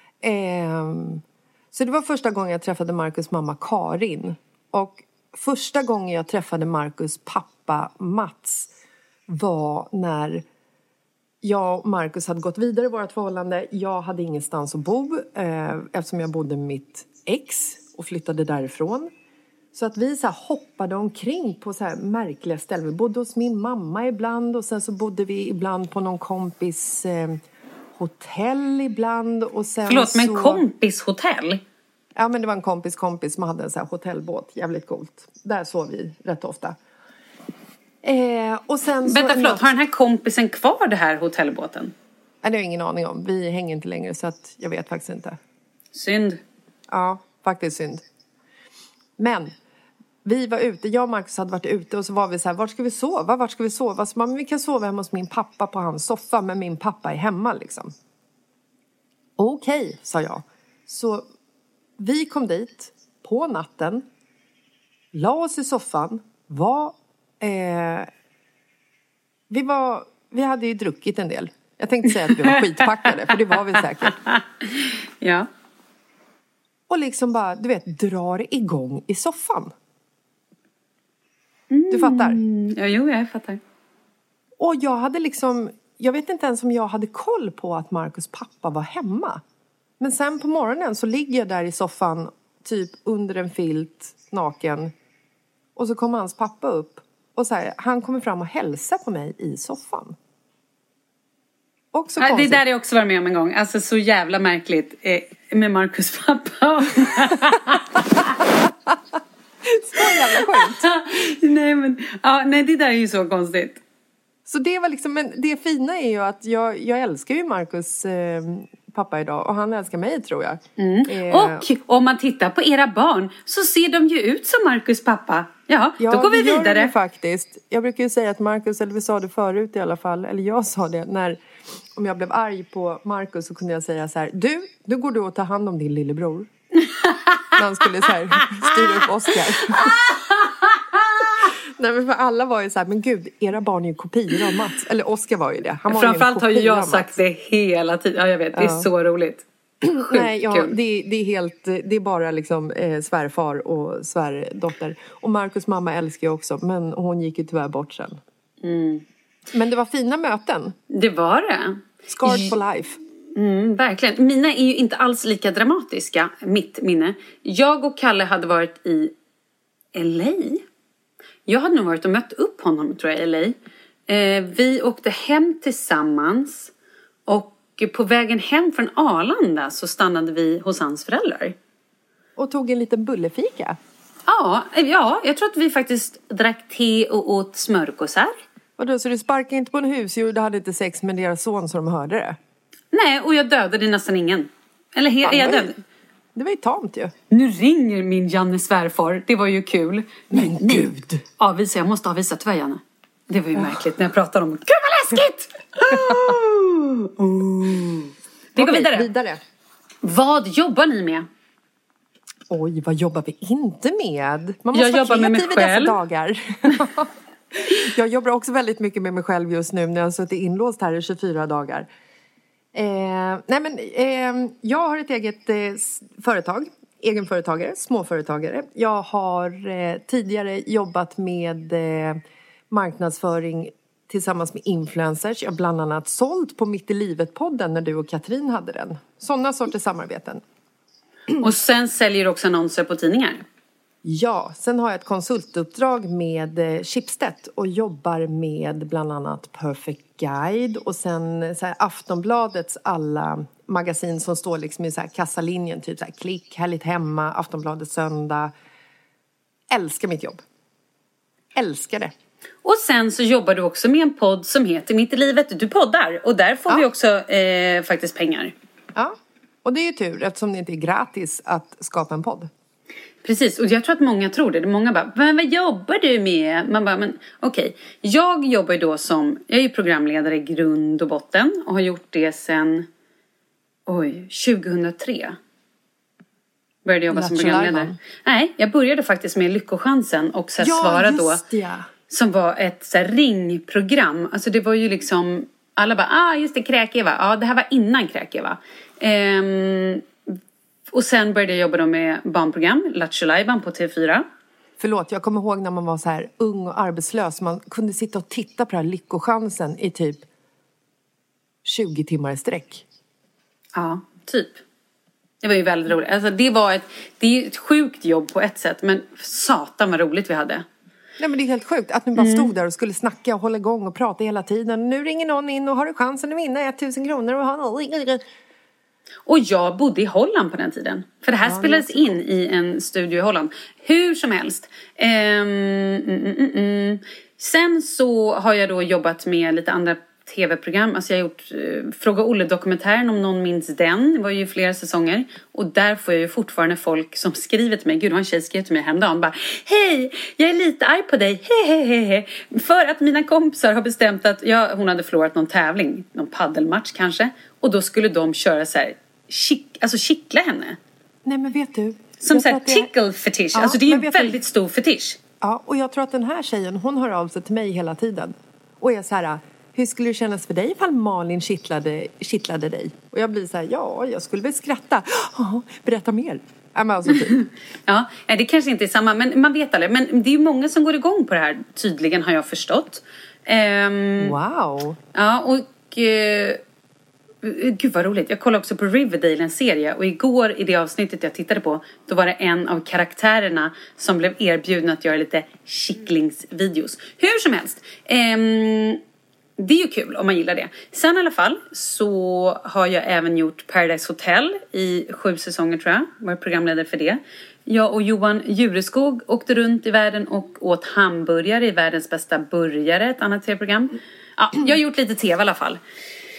Speaker 1: Ehm, så det var första gången jag träffade Marcus mamma Karin. Och första gången jag träffade Marcus pappa Mats var när jag och Marcus hade gått vidare i vårt förhållande. Jag hade ingenstans att bo eh, eftersom jag bodde med mitt ex och flyttade därifrån. Så att vi så här hoppade omkring på så här märkliga ställen. Vi bodde hos min mamma ibland och sen så bodde vi ibland på någon kompis eh, hotell ibland. Och sen
Speaker 2: Förlåt,
Speaker 1: så...
Speaker 2: men kompis hotell?
Speaker 1: Ja, men det var en kompis kompis som hade en så här hotellbåt. Jävligt coolt. Där sov vi rätt ofta. Eh, och sen
Speaker 2: Vänta,
Speaker 1: så...
Speaker 2: förlåt. Har den här kompisen kvar det här hotellbåten?
Speaker 1: Nej, det har jag ingen aning om. Vi hänger inte längre så att jag vet faktiskt inte.
Speaker 2: Synd.
Speaker 1: Ja, faktiskt synd. Men vi var ute. Jag och Marcus hade varit ute och så var vi så här, vart ska vi sova? Vart ska vi sova? Så man, vi kan sova hemma hos min pappa på hans soffa, men min pappa är hemma liksom. Okej, okay, sa jag. Så vi kom dit på natten, la oss i soffan, var, eh, vi var, vi hade ju druckit en del. Jag tänkte säga att vi var skitpackade, för det var vi säkert.
Speaker 2: Ja.
Speaker 1: Och liksom bara, du vet, drar igång i soffan. Mm. Du fattar?
Speaker 2: Ja, jo, jag fattar.
Speaker 1: Och jag hade liksom, jag vet inte ens om jag hade koll på att Marcus pappa var hemma. Men sen på morgonen så ligger jag där i soffan, typ under en filt, naken. Och så kommer hans pappa upp. Och så här, han kommer fram och hälsar på mig i soffan. Också
Speaker 2: ja,
Speaker 1: konstigt.
Speaker 2: det där är också varit med om en gång. Alltså så jävla märkligt eh, med Marcus pappa.
Speaker 1: Så jävla sjukt.
Speaker 2: nej, men, ja, nej, det där är ju så konstigt.
Speaker 1: Så det var liksom, men det fina är ju att jag, jag älskar ju Marcus eh, pappa idag. Och han älskar mig, tror jag.
Speaker 2: Mm. Eh. Och om man tittar på era barn så ser de ju ut som Marcus pappa. Ja, ja då går vi vidare. Ja, det gör de
Speaker 1: faktiskt. Jag brukar ju säga att Marcus, eller vi sa det förut i alla fall, eller jag sa det, när om jag blev arg på Marcus så kunde jag säga så här: Du, nu går du och tar hand om din lillebror. När han skulle så här styra upp Oscar. Nej, men för alla var ju så här, men gud, era barn är ju kopior av Mats. Eller Oscar var ju det. Han var
Speaker 2: Framförallt har ju jag sagt det hela tiden. Ja, jag vet, det är ja. så roligt. Sjukt
Speaker 1: Nej, ja, det, det är helt, det är bara liksom eh, svärfar och svärdotter. Och Marcus mamma älskar jag också, men hon gick ju tyvärr bort sen.
Speaker 2: Mm.
Speaker 1: Men det var fina möten.
Speaker 2: Det var det.
Speaker 1: Scarred for life.
Speaker 2: Mm, verkligen. Mina är ju inte alls lika dramatiska, mitt minne. Jag och Kalle hade varit i L A. Jag hade nog varit och mött upp honom, tror jag, i L A. Eh, vi åkte hem tillsammans. Och på vägen hem från Arlanda så stannade vi hos hans föräldrar.
Speaker 1: Och tog en liten bullefika.
Speaker 2: Ja, ja, jag tror att vi faktiskt drack te och åt smörgåsar.
Speaker 1: Vadå, så du sparkade inte på en husdjur, du hade inte sex med deras son så de hörde det?
Speaker 2: Nej, och jag dödade nästan ingen. Eller he- är jag död?
Speaker 1: Det var ju tamt ju.
Speaker 2: Nu ringer min Janne svärfar. Det var ju kul.
Speaker 1: Men gud.
Speaker 2: Avvisa, jag måste avvisa tyvärr, Janne. Det var ju oh. märkligt när jag pratade om. Gud vad läskigt! Oh. Oh. Vi går vidare.
Speaker 1: vidare.
Speaker 2: Vad jobbar ni med?
Speaker 1: Oj, vad jobbar vi inte med? Man måste
Speaker 2: jag
Speaker 1: vara
Speaker 2: jobbar med mig
Speaker 1: kreativ i
Speaker 2: själv.
Speaker 1: Dessa dagar. Jag jobbar också väldigt mycket med mig själv just nu när jag har suttit inlåst här i tjugofyra dagar. Eh, nej men, eh, jag har ett eget eh, företag, egenföretagare, småföretagare. Jag har eh, tidigare jobbat med eh, marknadsföring tillsammans med influencers. Jag har bland annat sålt på Mitt i livet-podden när du och Katrin hade den. Sådana sorters samarbeten.
Speaker 2: Och sen säljer du också annonser på tidningar?
Speaker 1: Ja, sen har jag ett konsultuppdrag med Schibsted och jobbar med bland annat Perfect Guide och sen så här, Aftonbladets alla magasin som står liksom i så här kassalinjen, typ så här Klick, Härligt hemma, Aftonbladet söndag. Älskar mitt jobb. Älskar det.
Speaker 2: Och sen så jobbar du också med en podd som heter Mitt i livet. Du poddar och där får ja. vi också eh, faktiskt pengar.
Speaker 1: Ja, och det är ju tur eftersom det inte är gratis att skapa en podd.
Speaker 2: Precis, och jag tror att många tror det. Många bara, men vad jobbar du med? Man bara, men okej. Okay. Jag jobbar ju då som, jag är ju programledare i grund och botten. Och har gjort det sedan, oj, tjugohundratre. Började jobba som programledare. Nej, jag började faktiskt med Lyckochansen och så
Speaker 1: ja,
Speaker 2: svara då.
Speaker 1: Det.
Speaker 2: Som var ett så här, ringprogram. Alltså det var ju liksom, alla bara, ah just det, Kräk-Eva. Ja, det här var innan Kräk-Eva. Ehm... Och sen började jag jobba då med barnprogram, Lattjo Lajban på T fyra.
Speaker 1: Förlåt, jag kommer ihåg när man var så här ung och arbetslös. Man kunde sitta och titta på den här Lyckochansen i typ tjugo timmar i sträck.
Speaker 2: Ja, typ. Det var ju väldigt roligt. Alltså det var ett, det är ett sjukt jobb på ett sätt, men satan vad roligt vi hade.
Speaker 1: Nej, men det är helt sjukt att ni bara stod där och skulle snacka och hålla igång och prata hela tiden. Nu ringer någon in och har du chansen att vinna tusen kronor och ha någon.
Speaker 2: Och jag bodde i Holland på den tiden. För det här ja, spelades in i en studio i Holland. Hur som helst. Um, mm, mm, mm. Sen så har jag då jobbat med lite andra tv-program. Alltså jag har gjort uh, Fråga Olle-dokumentären, om någon minns den. Det var ju flera säsonger. Och där får jag ju fortfarande folk som skriver till mig. Gud, det var en tjej skrev till mig häromdagen. Bara, hej, jag är lite arg på dig. He, he, he, he. För att mina kompisar har bestämt att jag, hon hade förlorat någon tävling. Någon paddelmatch kanske. Och då skulle de köra så här, kick, alltså kittla henne.
Speaker 1: Nej, men vet du.
Speaker 2: Som så här tickle fetish. Ja, alltså det är en väldigt du? stor fetish.
Speaker 1: Ja, och jag tror att den här tjejen, hon hör av sig till mig hela tiden. Och är så här, hur skulle det kännas för dig ifall Malin kittlade, kittlade dig? Och jag blir så här, ja, jag skulle väl skratta. Oh, berätta mer. Alltså typ.
Speaker 2: Ja, det kanske inte är samma, men man vet aldrig. Men det är ju många som går igång på det här, tydligen har jag förstått. Um,
Speaker 1: wow.
Speaker 2: Ja, och... Uh, Gud vad roligt. Jag kollade också på Riverdale, en serie. Och igår i det avsnittet jag tittade på, då var det en av karaktärerna som blev erbjuden att göra lite kittlingsvideos. Hur som helst. Ehm, det är ju kul om man gillar det. Sen i alla fall så har jag även gjort Paradise Hotel i sju säsonger tror jag. Var programledare för det. Jag och Johan Jureskog åkte runt i världen och åt hamburgare i Världens bästa burgare. Ett annat tv-program. Ja, jag har gjort lite tv i alla fall.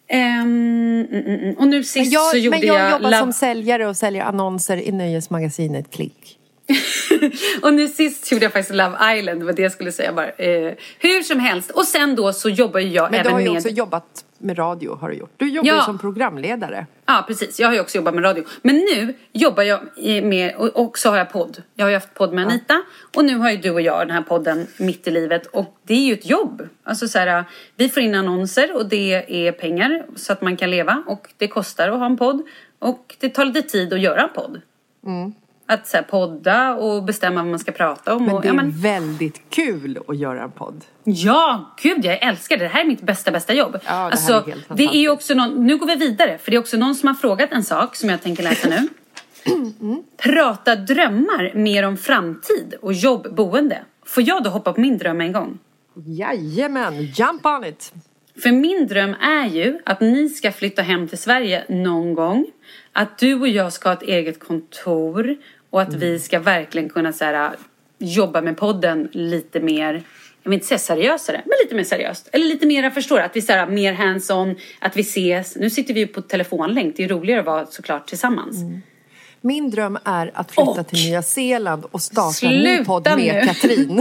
Speaker 2: Um, mm, mm. Och nu sist
Speaker 1: jag,
Speaker 2: så gjorde
Speaker 1: men jag...
Speaker 2: jag...
Speaker 1: jag jobbar
Speaker 2: lab-
Speaker 1: som säljare och säljer annonser i nöjesmagasinet Klick.
Speaker 2: Och nu sist gjorde jag faktiskt Love Island. Det var det jag skulle säga bara. Eh, hur som helst. Och sen då så jobbar jag
Speaker 1: men
Speaker 2: även med...
Speaker 1: Men du har ju
Speaker 2: med...
Speaker 1: också jobbat med radio, har du gjort. Du jobbar
Speaker 2: ja.
Speaker 1: ju som programledare.
Speaker 2: Ja, precis. Jag har ju också jobbat med radio. Men nu jobbar jag med... Och, och så har jag podd. Jag har ju haft podd med Anita. Ja. Och nu har ju du och jag den här podden mitt i livet. Och det är ju ett jobb. Alltså så här, vi får in annonser och det är pengar så att man kan leva. Och det kostar att ha en podd. Och det tar lite tid att göra en podd.
Speaker 1: Mm.
Speaker 2: Att så här, podda och bestämma vad man ska prata om.
Speaker 1: Men
Speaker 2: och,
Speaker 1: det är
Speaker 2: ja, men...
Speaker 1: väldigt kul att göra en podd.
Speaker 2: Ja, gud, jag älskar det. Det här är mitt bästa, bästa jobb.
Speaker 1: Ja, det,
Speaker 2: alltså,
Speaker 1: här är helt
Speaker 2: det är ju också någon, nu går vi vidare. För det är också någon som har frågat en sak som jag tänker läsa nu. Mm. Prata drömmar mer om framtid och jobb, boende. Får jag då hoppa på min dröm en gång?
Speaker 1: Jajamän, jump on it.
Speaker 2: För min dröm är ju att ni ska flytta hem till Sverige någon gång. Att du och jag ska ha ett eget kontor. Och att mm. vi ska verkligen kunna så här, jobba med podden lite mer, jag vill inte säga seriösare, men lite mer seriöst. Eller lite mer, jag förstår, att vi så här, mer hands-on, att vi ses. Nu sitter vi ju på telefonlänk, det är ju roligare att vara såklart tillsammans. Mm.
Speaker 1: Min dröm är att flytta och, till Nya Zeeland och starta en ny podd med
Speaker 2: nu.
Speaker 1: Katrin.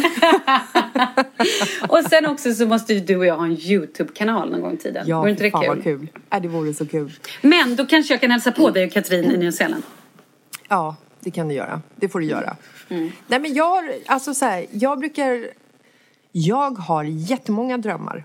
Speaker 2: Och sen också så måste ju du och jag ha en YouTube-kanal någon gång i tiden.
Speaker 1: Ja,
Speaker 2: vore inte det
Speaker 1: fan
Speaker 2: kul?
Speaker 1: vad kul. Ja, det vore så kul.
Speaker 2: Men då kanske jag kan hälsa på dig och Katrin i Nya Zeeland.
Speaker 1: Ja, det kan du göra. Det får du göra.
Speaker 2: Mm.
Speaker 1: Nej, men jag har, alltså så här, jag brukar, jag har jättemånga drömmar.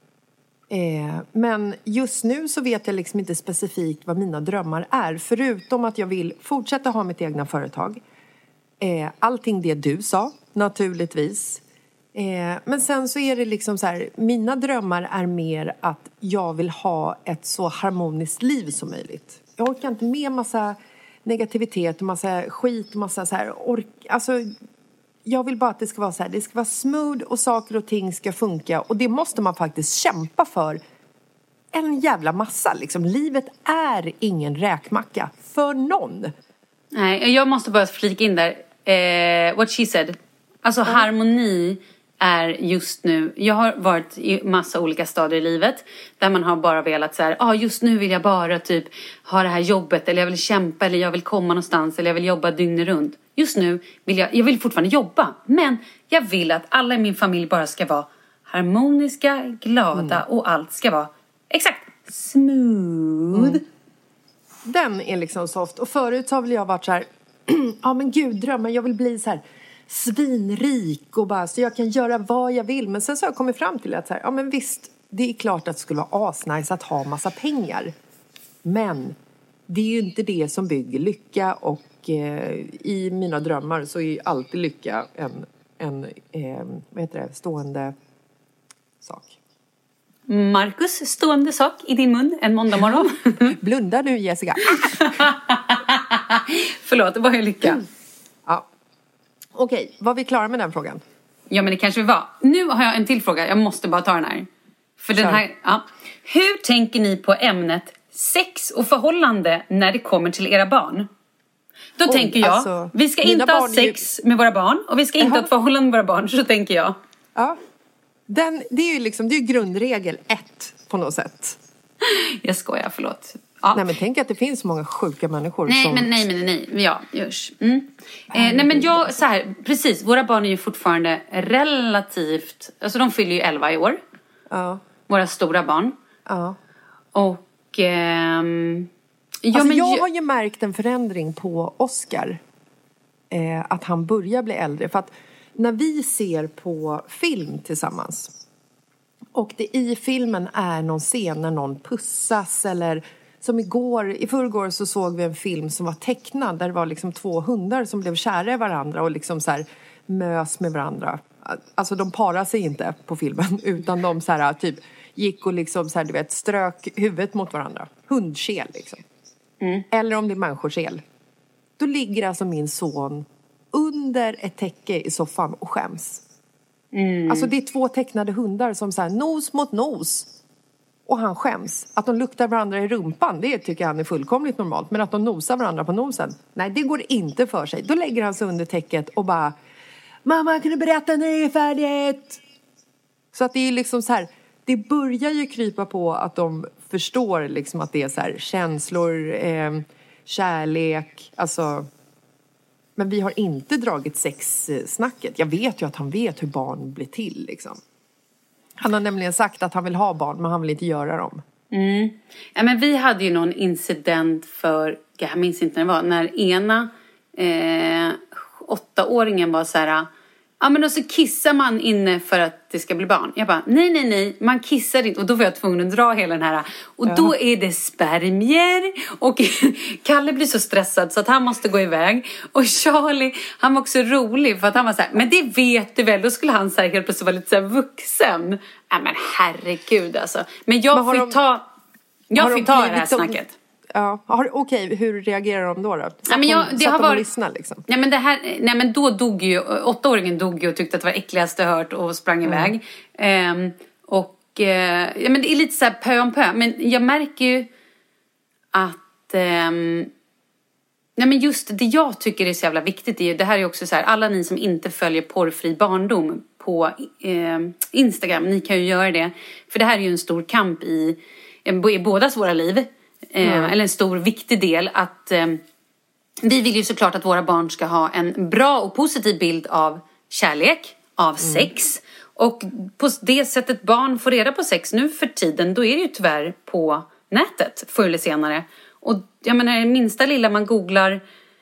Speaker 1: Eh, men just nu så vet jag liksom inte specifikt vad mina drömmar är. Förutom att jag vill fortsätta ha mitt egna företag. Eh, allting det du sa, naturligtvis. Eh, men sen så är det liksom så här, mina drömmar är mer att jag vill ha ett så harmoniskt liv som möjligt. Jag orkar inte med massa negativitet och massa skit och massa så här ork... Alltså, jag vill bara att det ska vara så här, det ska vara smooth och saker och ting ska funka. Och det måste man faktiskt kämpa för en jävla massa. Liksom. Livet är ingen räkmacka för någon.
Speaker 2: Nej, jag måste bara flika in där. Eh, what she said. Alltså mm. harmoni är just nu. Jag har varit i massa olika stadier i livet. Där man har bara velat så här. Ja, ah, just nu vill jag bara typ ha det här jobbet. Eller jag vill kämpa. Eller jag vill komma någonstans. Eller jag vill jobba dygnet runt. Just nu vill jag, jag vill fortfarande jobba. Men jag vill att alla i min familj bara ska vara harmoniska, glada. Mm. Och allt ska vara exakt smooth. Mm.
Speaker 1: Den är liksom soft. Och förut har väl jag varit så här. Ja men gud, drömmen. Jag vill bli så här svinrik. Och bara så jag kan göra vad jag vill. Men sen så har jag kommit fram till att så här. Ja men visst, det är klart att det skulle vara asnice att ha massa pengar. Men det är ju inte det som bygger lycka. Och eh, i mina drömmar så är ju alltid lycka en, en eh, vad heter det, stående sak.
Speaker 2: Marcus, stående sak i din mun en måndag morgon.
Speaker 1: Blunda nu, Jessica.
Speaker 2: Förlåt, det var ju lycka. Mm.
Speaker 1: Ja. Okej, var vi klara med den frågan?
Speaker 2: Ja, men det kanske vi var. Nu har jag en till fråga. Jag måste bara ta den här. För den här, ja. Hur tänker ni på ämnet sex och förhållande när det kommer till era barn? Då Oj, tänker jag, alltså, vi ska inte ha sex ju... med våra barn. Och vi ska inte Jaha. ha ett förhållande med våra barn. Så tänker jag.
Speaker 1: Ja. Den, det är ju liksom, det är grundregel ett på något sätt.
Speaker 2: Jag skojar, förlåt. Ja.
Speaker 1: Nej men tänk att det finns så många sjuka människor
Speaker 2: nej,
Speaker 1: som...
Speaker 2: Men, nej men nej, nej. Ja, görs. Mm. Eh, nej men jag, så här, precis. Våra barn är ju fortfarande relativt... Alltså de fyller ju elva i år.
Speaker 1: Ja.
Speaker 2: Våra stora barn.
Speaker 1: Ja.
Speaker 2: Och... Ehm, ja,
Speaker 1: alltså
Speaker 2: men
Speaker 1: jag
Speaker 2: ju...
Speaker 1: har ju märkt en förändring på Oscar. Eh, att han börjar bli äldre. För att när vi ser på film tillsammans. Och det i filmen är någon scen när någon pussas eller... Som igår, i förrgår så såg vi en film som var tecknad. Där det var liksom två hundar som blev kära i varandra. Och liksom så här mös med varandra. Alltså de parar sig inte på filmen. Utan de så här typ gick och liksom så här, du vet, strök huvudet mot varandra. Hundskel liksom. Mm. Eller om det är människoskel. Då ligger alltså min son under ett täcke i soffan och skäms. Mm. Alltså det är två tecknade hundar som så här nos mot nos. Och han skäms. Att de luktar varandra i rumpan, det tycker han är fullkomligt normalt. Men att de nosar varandra på nosen, nej det går inte för sig. Då lägger han sig under täcket och bara... Mamma, kan du berätta när det är färdigt? Så att det är liksom så här... Det börjar ju krypa på att de förstår liksom att det är så här känslor, eh, kärlek, alltså. Men vi har inte dragit sexsnacket. Jag vet ju att han vet hur barn blir till liksom. Han har nämligen sagt att han vill ha barn, men han vill inte göra dem.
Speaker 2: Mm. Ja, men vi hade ju någon incident för, jag minns inte när det var, när ena eh, åttaåringen var så här, ja men och så kissar man inne för att det ska bli barn. Jag bara, nej nej nej, man kissar inte. Och då var jag tvungen att dra hela den här. Och ja. Då är det spermier. Och Kalle blir så stressad så att han måste gå iväg. Och Charlie, han var också rolig för att han var så här, men det vet du väl. Då skulle han så här helt plötsligt vara lite så här vuxen. Ja men herregud alltså. Men jag men får ju de, ta, jag får ju ta det här liksom, snacket.
Speaker 1: Ja, okej, okay. Hur reagerar de då? då?
Speaker 2: Ja, men jag, det har varit
Speaker 1: lyssna, liksom.
Speaker 2: Nej men det här, nej men då dog ju åttaåringen dog ju och tyckte att det var äckligaste hört och sprang mm. iväg. Um, och uh, ja men det är lite så här pö om pö, men jag märker ju att um, nej men just det jag tycker är så jävla viktigt är ju, det här är också så här, alla ni som inte följer porrfri barndom på eh, Instagram, ni kan ju göra det, för det här är ju en stor kamp i, i bådas våra liv. Mm. Eller en stor viktig del att eh, vi vill ju såklart att våra barn ska ha en bra och positiv bild av kärlek, av mm. sex. Och på det sättet barn får reda på sex nu för tiden, då är det ju tyvärr på nätet förr eller senare. Och jag menar, det minsta lilla man googlar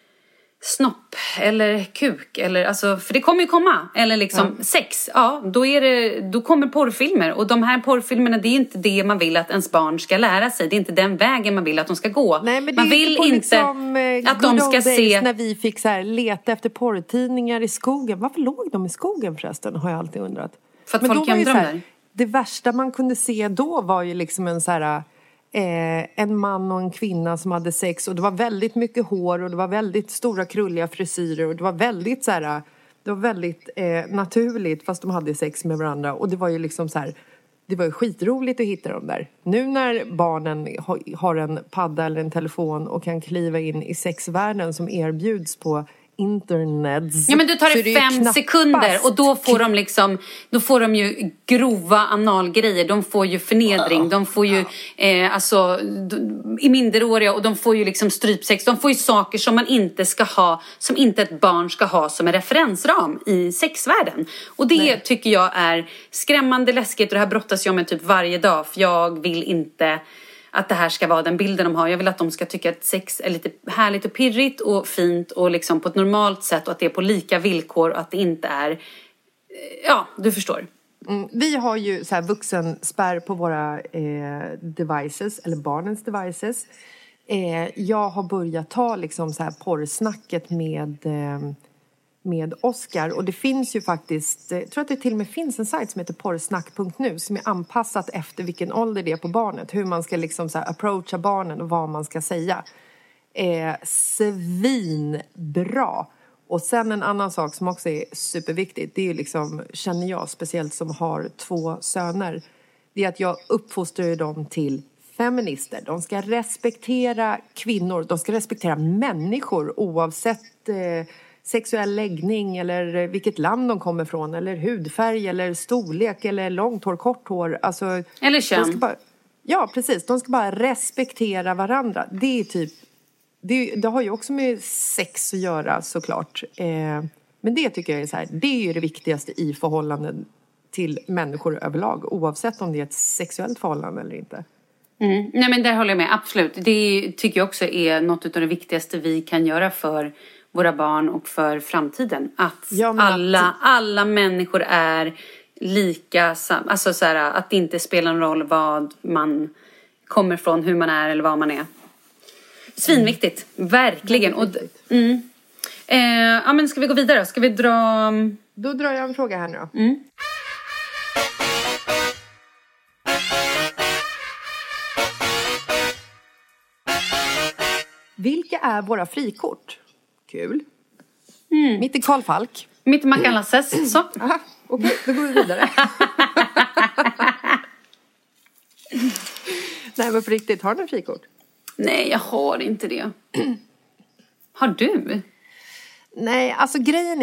Speaker 2: snopp eller kuk eller alltså, för det kommer ju komma, eller liksom ja. sex, ja då är det, då kommer porrfilmer, och de här porrfilmerna, det är inte det man vill att ens barn ska lära sig, det är inte den vägen man vill att de ska gå. Nej, men man vill inte liksom, att de ska se
Speaker 1: när vi fick så här leta efter porrtidningar i skogen. Varför låg de i skogen förresten, har jag alltid undrat.
Speaker 2: För att men folk gömde dem där.
Speaker 1: Det värsta man kunde se då var ju liksom en så här Eh, en man och en kvinna som hade sex, och det var väldigt mycket hår och det var väldigt stora krulliga frisyrer och det var väldigt så här, det var väldigt eh, naturligt fast de hade sex med varandra, och det var ju liksom så här, det var ju skitroligt att hitta dem där. Nu när barnen ha, har en padda eller en telefon och kan kliva in i sexvärlden som erbjuds på internet.
Speaker 2: Ja men då tar det, det fem sekunder och då får de liksom, då får de ju grova analgrejer, de får ju förnedring, de får ju eh, alltså i minderåriga, och de får ju liksom strypsex, de får ju saker som man inte ska ha, som inte ett barn ska ha som en referensram i sexvärlden. Och det Nej. tycker jag är skrämmande läskigt, och det här brottas jag med typ varje dag, för jag vill inte att det här ska vara den bilden de har. Jag vill att de ska tycka att sex är lite härligt och pirrigt och fint och liksom på ett normalt sätt, och att det är på lika villkor och att det inte är, ja, du förstår.
Speaker 1: Mm, vi har ju så här vuxenspärr på våra eh, devices, eller barnens devices. Eh, jag har börjat ta liksom så här porrsnacket med... Eh, med Oscar, och det finns ju faktiskt, jag tror att det till och med finns en sajt som heter porrsnack punkt nu som är anpassat efter vilken ålder det är på barnet, hur man ska liksom så här approacha barnen och vad man ska säga. Eh, svinbra. Och sen en annan sak som också är superviktigt, det är ju liksom, känner jag speciellt som har två söner, det är att jag uppfostrar dem till feminister. De ska respektera kvinnor, de ska respektera människor oavsett eh, sexuell läggning eller vilket land de kommer från, eller hudfärg eller storlek eller långt hår, kort hår, alltså,
Speaker 2: eller kön.
Speaker 1: Bara, ja precis, de ska bara respektera varandra. Det är typ det, det har ju också med sex att göra såklart, eh, men det tycker jag är så här, det är ju det viktigaste i förhållanden till människor överlag, oavsett om det är ett sexuellt förhållande eller inte.
Speaker 2: Mm. Nej men där håller jag med, absolut. Det tycker jag också är något av det viktigaste vi kan göra för våra barn och för framtiden. Att ja, alla, att... alla människor är lika, alltså så här, att det inte spelar någon roll vad man kommer från, hur man är eller vad man är. Svinviktigt, mm. verkligen. Och, mm. eh, ja, men ska vi gå vidare då? Ska vi dra...
Speaker 1: Då drar jag en fråga här nu då.
Speaker 2: Mm.
Speaker 1: Vilka är våra frikort? Kul.
Speaker 2: Mm.
Speaker 1: Mitt i Karl Falk.
Speaker 2: Mitt i Mackan Lasses. Så.
Speaker 1: Aha, okej, okay, då går vi vidare. Nej, men på riktigt, har du en frikort?
Speaker 2: Nej, jag har inte det. Har du?
Speaker 1: Nej, alltså grejen är,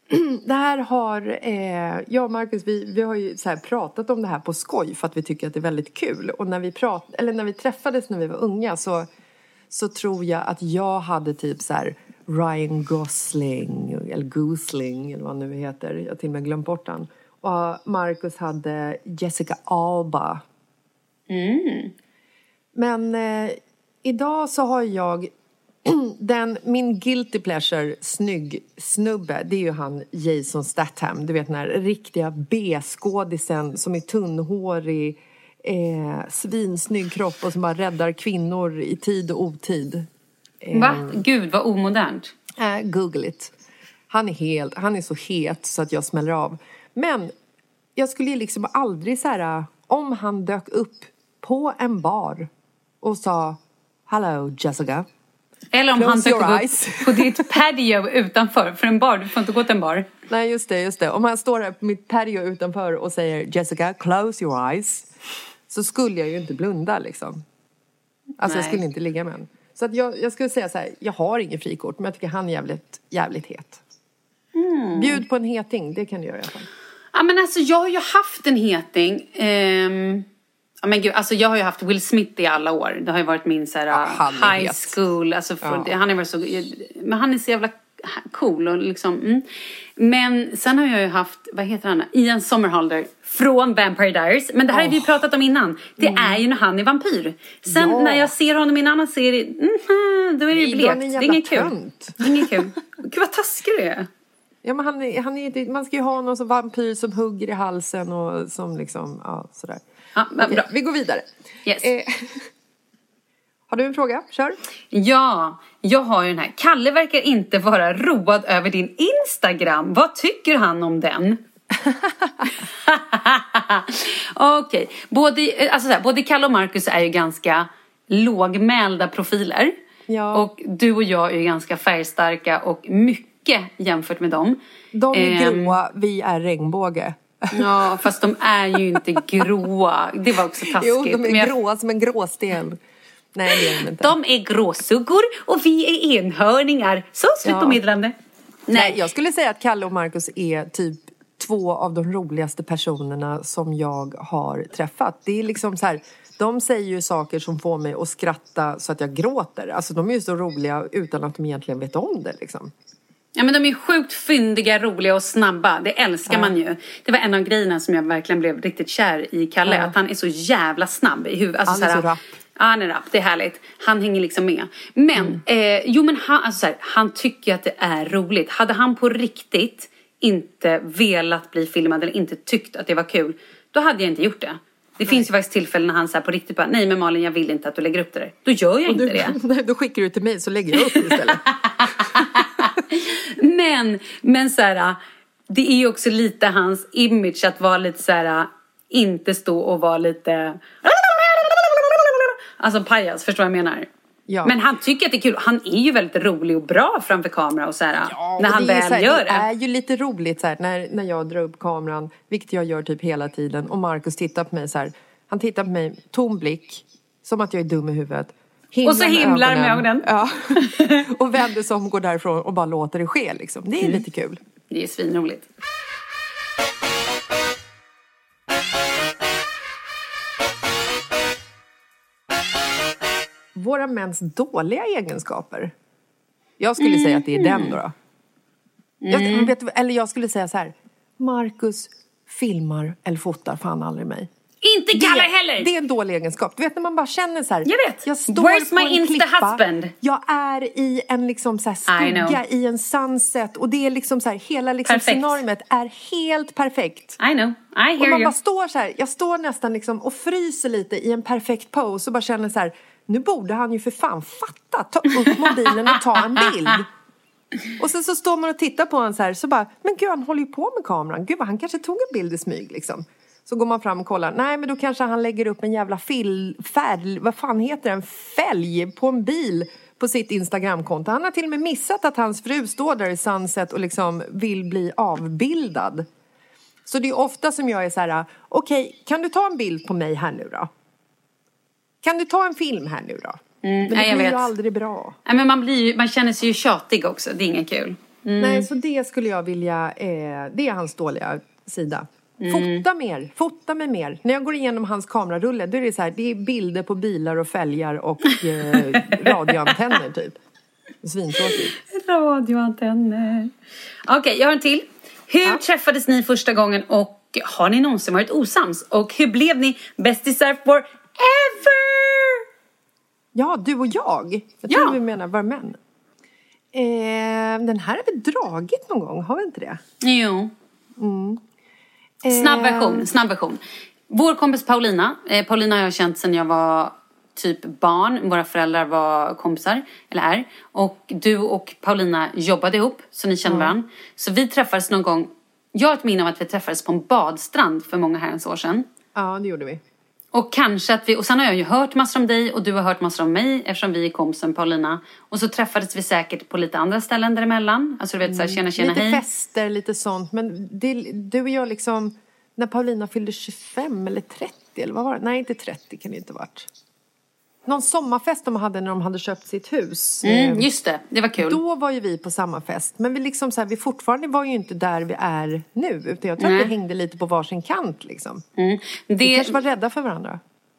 Speaker 1: Det här har, eh, jag och Marcus, vi, vi har ju så här pratat om det här på skoj för att vi tycker att det är väldigt kul. Och när vi, prat, eller när vi träffades när vi var unga så, så tror jag att jag hade typ så här Ryan Gosling, eller Gosling, eller vad han nu heter. Jag har till och med glömt bort han. Och Marcus hade Jessica Alba.
Speaker 2: Mm.
Speaker 1: Men eh, idag så har jag... Den, min guilty pleasure snygg snubbe, det är ju han Jason Statham. Du vet den här riktiga B-skådisen som är tunnhårig, eh, svinsnygg kropp och som bara räddar kvinnor i tid och otid.
Speaker 2: Eh, Va? Gud, vad omodernt.
Speaker 1: Eh, Google it. Han är helt, han är så het så att jag smäller av. Men jag skulle ju liksom aldrig så här, om han dök upp på en bar och sa hello Jessica.
Speaker 2: Eller om Close han dök upp på ditt patio utanför. För en bar, du får inte gå till en bar.
Speaker 1: Nej, just det, just det. Om han står här på mitt patio utanför och säger Jessica, close your eyes. Så skulle jag ju inte blunda liksom. Alltså Nej. Jag skulle inte ligga med en. Så att jag, jag skulle säga så här, jag har ingen frikort. Men jag tycker han är jävligt, jävligt het. Mm. Bjud på en heting, det kan du göra i alla fall.
Speaker 2: Ja men alltså jag har ju haft en heting. Ehm... Ja men gud, alltså jag har ju haft Will Smith i alla år. Det har ju varit min så här, ja, high het. School. Alltså för, ja. Han är väl så, men han är så jävla cool och liksom. Mm. Men sen har jag ju haft, vad heter han? Ian Somerhalder från Vampire Diaries. Men det här oh. har vi pratat om innan. Det mm. är ju när han är vampyr. Sen ja. när jag ser honom i en annan serie, mm, då är det ju blekt. Det är inget kul. Det är inget kul. Gud vad taskig du är.
Speaker 1: Ja men han är, han är, man ska ju ha någon som vampyr som hugger i halsen och som liksom, ja sådär.
Speaker 2: Ja, men
Speaker 1: Okej,
Speaker 2: bra.
Speaker 1: Vi går vidare.
Speaker 2: Yes.
Speaker 1: Eh, har du en fråga? Kör.
Speaker 2: Ja, jag har ju den här. Kalle verkar inte vara road över din Instagram. Vad tycker han om den? Okej. Okay. Både, alltså så här, både Kalle och Marcus är ju ganska lågmälda profiler.
Speaker 1: Ja.
Speaker 2: Och du och jag är ju ganska färgstarka och mycket jämfört med dem.
Speaker 1: De är um, gråa, vi är regnbåge.
Speaker 2: Ja, fast de är ju inte gråa. Det var också taskigt.
Speaker 1: Jo, de är
Speaker 2: jag...
Speaker 1: gråa som en gråsten. Nej, det är de inte.
Speaker 2: De är gråsuggor och vi är enhörningar. Så, slut på meddelande.
Speaker 1: Nej. Nej, jag skulle säga att Kalle och Marcus är typ två av de roligaste personerna som jag har träffat. Det är liksom så här, de säger ju saker som får mig att skratta så att jag gråter. Alltså de är ju så roliga utan att de egentligen vet om det liksom.
Speaker 2: Ja men de är sjukt fyndiga, roliga och snabba. Det älskar ja. man ju. Det var en av grejerna som jag verkligen blev riktigt kär i Kalle. Ja. Att han är så jävla snabb i huvudet. Alltså,
Speaker 1: han är så,
Speaker 2: så
Speaker 1: rapp.
Speaker 2: Ja, han är rapp. Det är härligt. Han hänger liksom med. Men, mm. eh, jo men han, alltså, så här, han tycker att det är roligt. Hade han på riktigt inte velat bli filmad eller inte tyckt att det var kul, då hade jag inte gjort det. Det nej. finns ju faktiskt tillfällen när han så här på riktigt bara, nej men Malin, jag vill inte att du lägger upp det där. Då gör jag inte
Speaker 1: du,
Speaker 2: det.
Speaker 1: Nej, då skickar du till mig så lägger jag upp det istället.
Speaker 2: Men, men så här, det är ju också lite hans image att vara lite så här, inte stå och vara lite, alltså pajas, förstår vad jag menar? Ja. Men han tycker att det är kul. Han är ju väldigt rolig och bra framför kamera och så här, ja, när han väl här, gör det.
Speaker 1: Det är ju lite roligt så här, när, när jag drar upp kameran, vilket jag gör typ hela tiden, och Marcus tittar på mig så här, han tittar på mig, tom blick, som att jag är dum i huvudet. Himlar
Speaker 2: och så himlar med ögonen.
Speaker 1: Ja. Och vänder sig om, går därifrån och bara låter det ske liksom. Det är mm. lite kul.
Speaker 2: Det är svinroligt.
Speaker 1: Våra mäns dåliga egenskaper. Jag skulle mm. säga att det är den då. då. Mm. Jag, vet, eller jag skulle säga så här. Marcus filmar eller fotar fan aldrig mig.
Speaker 2: Inte Kalle heller!
Speaker 1: Det är en dålig egenskap. Du vet när man bara känner så här.
Speaker 2: Jag vet.
Speaker 1: Jag står
Speaker 2: Where's
Speaker 1: på
Speaker 2: my
Speaker 1: en
Speaker 2: Insta
Speaker 1: klippa.
Speaker 2: husband?
Speaker 1: Jag är i en liksom så här skugga i en sunset. Och det är liksom så här, hela liksom scenariot är helt perfekt.
Speaker 2: I know, I hear
Speaker 1: och man
Speaker 2: you.
Speaker 1: bara står så här. Jag står nästan liksom och fryser lite i en perfekt pose. Och bara känner så här. Nu borde han ju för fan fatta. Ta upp mobilen och ta en bild. Och sen så står man och tittar på honom så här. Så bara, men gud han håller ju på med kameran. Gud vad han kanske tog en bild i smyg liksom. Så går man fram och kollar. Nej men då kanske han lägger upp en jävla fil, färg, vad fan heter det? En fälg på en bil på sitt Instagramkonto. Han har till och med missat att hans fru står där i sunset och liksom vill bli avbildad. Så det är ofta som jag är så här. Okej, okay, kan du ta en bild på mig här nu då? Kan du ta en film här nu då?
Speaker 2: Mm,
Speaker 1: men det
Speaker 2: nej, jag
Speaker 1: blir
Speaker 2: vet.
Speaker 1: ju aldrig bra.
Speaker 2: Nej, men man, blir ju, man känner sig ju tjatig också. Det är inget kul.
Speaker 1: Mm. Nej, så det skulle jag vilja... Eh, det är hans dåliga sida. Mm. Fota mer, fota mig mer. När jag går igenom hans kamerarulle, då är det så här, det är bilder på bilar och fälgar och eh, radioantenner typ. Svintråkigt.
Speaker 2: Radioantenner. Okej, okay, jag har en till. Hur ja. träffades ni första gången och har ni någonsin varit osams? Och hur blev ni bästisar forever?
Speaker 1: Ja, du och jag. Jag tror ja. vi menar var män. Eh, den här har vi dragit någon gång, har vi inte det?
Speaker 2: Jo. Mm. Snabb version, snabb version. Vår kompis Paulina, eh, Paulina har jag känt sedan jag var typ barn. Våra föräldrar var kompisar, eller är. Och du och Paulina jobbade ihop, så ni kände mm. varandra. Så vi träffades någon gång, jag har ett minne av att vi träffades på en badstrand för många herrans år sedan.
Speaker 1: Ja, det gjorde vi.
Speaker 2: Och kanske att vi, och sen har jag ju hört massor om dig och du har hört massor om mig eftersom vi är kompisen Paulina. Och så träffades vi säkert på lite andra ställen däremellan. Alltså du vet såhär, tjena tjena
Speaker 1: lite
Speaker 2: hej.
Speaker 1: Lite fester, lite sånt. Men det, du och jag liksom, när Paulina fyllde tjugofem eller trettio eller vad var det? Nej, inte trettio kan det inte ha varit. Någon sommarfest de hade när de hade köpt sitt hus.
Speaker 2: Mm, just det, det var kul.
Speaker 1: Då var ju vi på samma fest. Men vi liksom så här, vi fortfarande var ju inte där vi är nu. Utan jag tror Nej. att vi hängde lite på varsin kant liksom. Mm. Det... Vi kanske var rädda för varandra.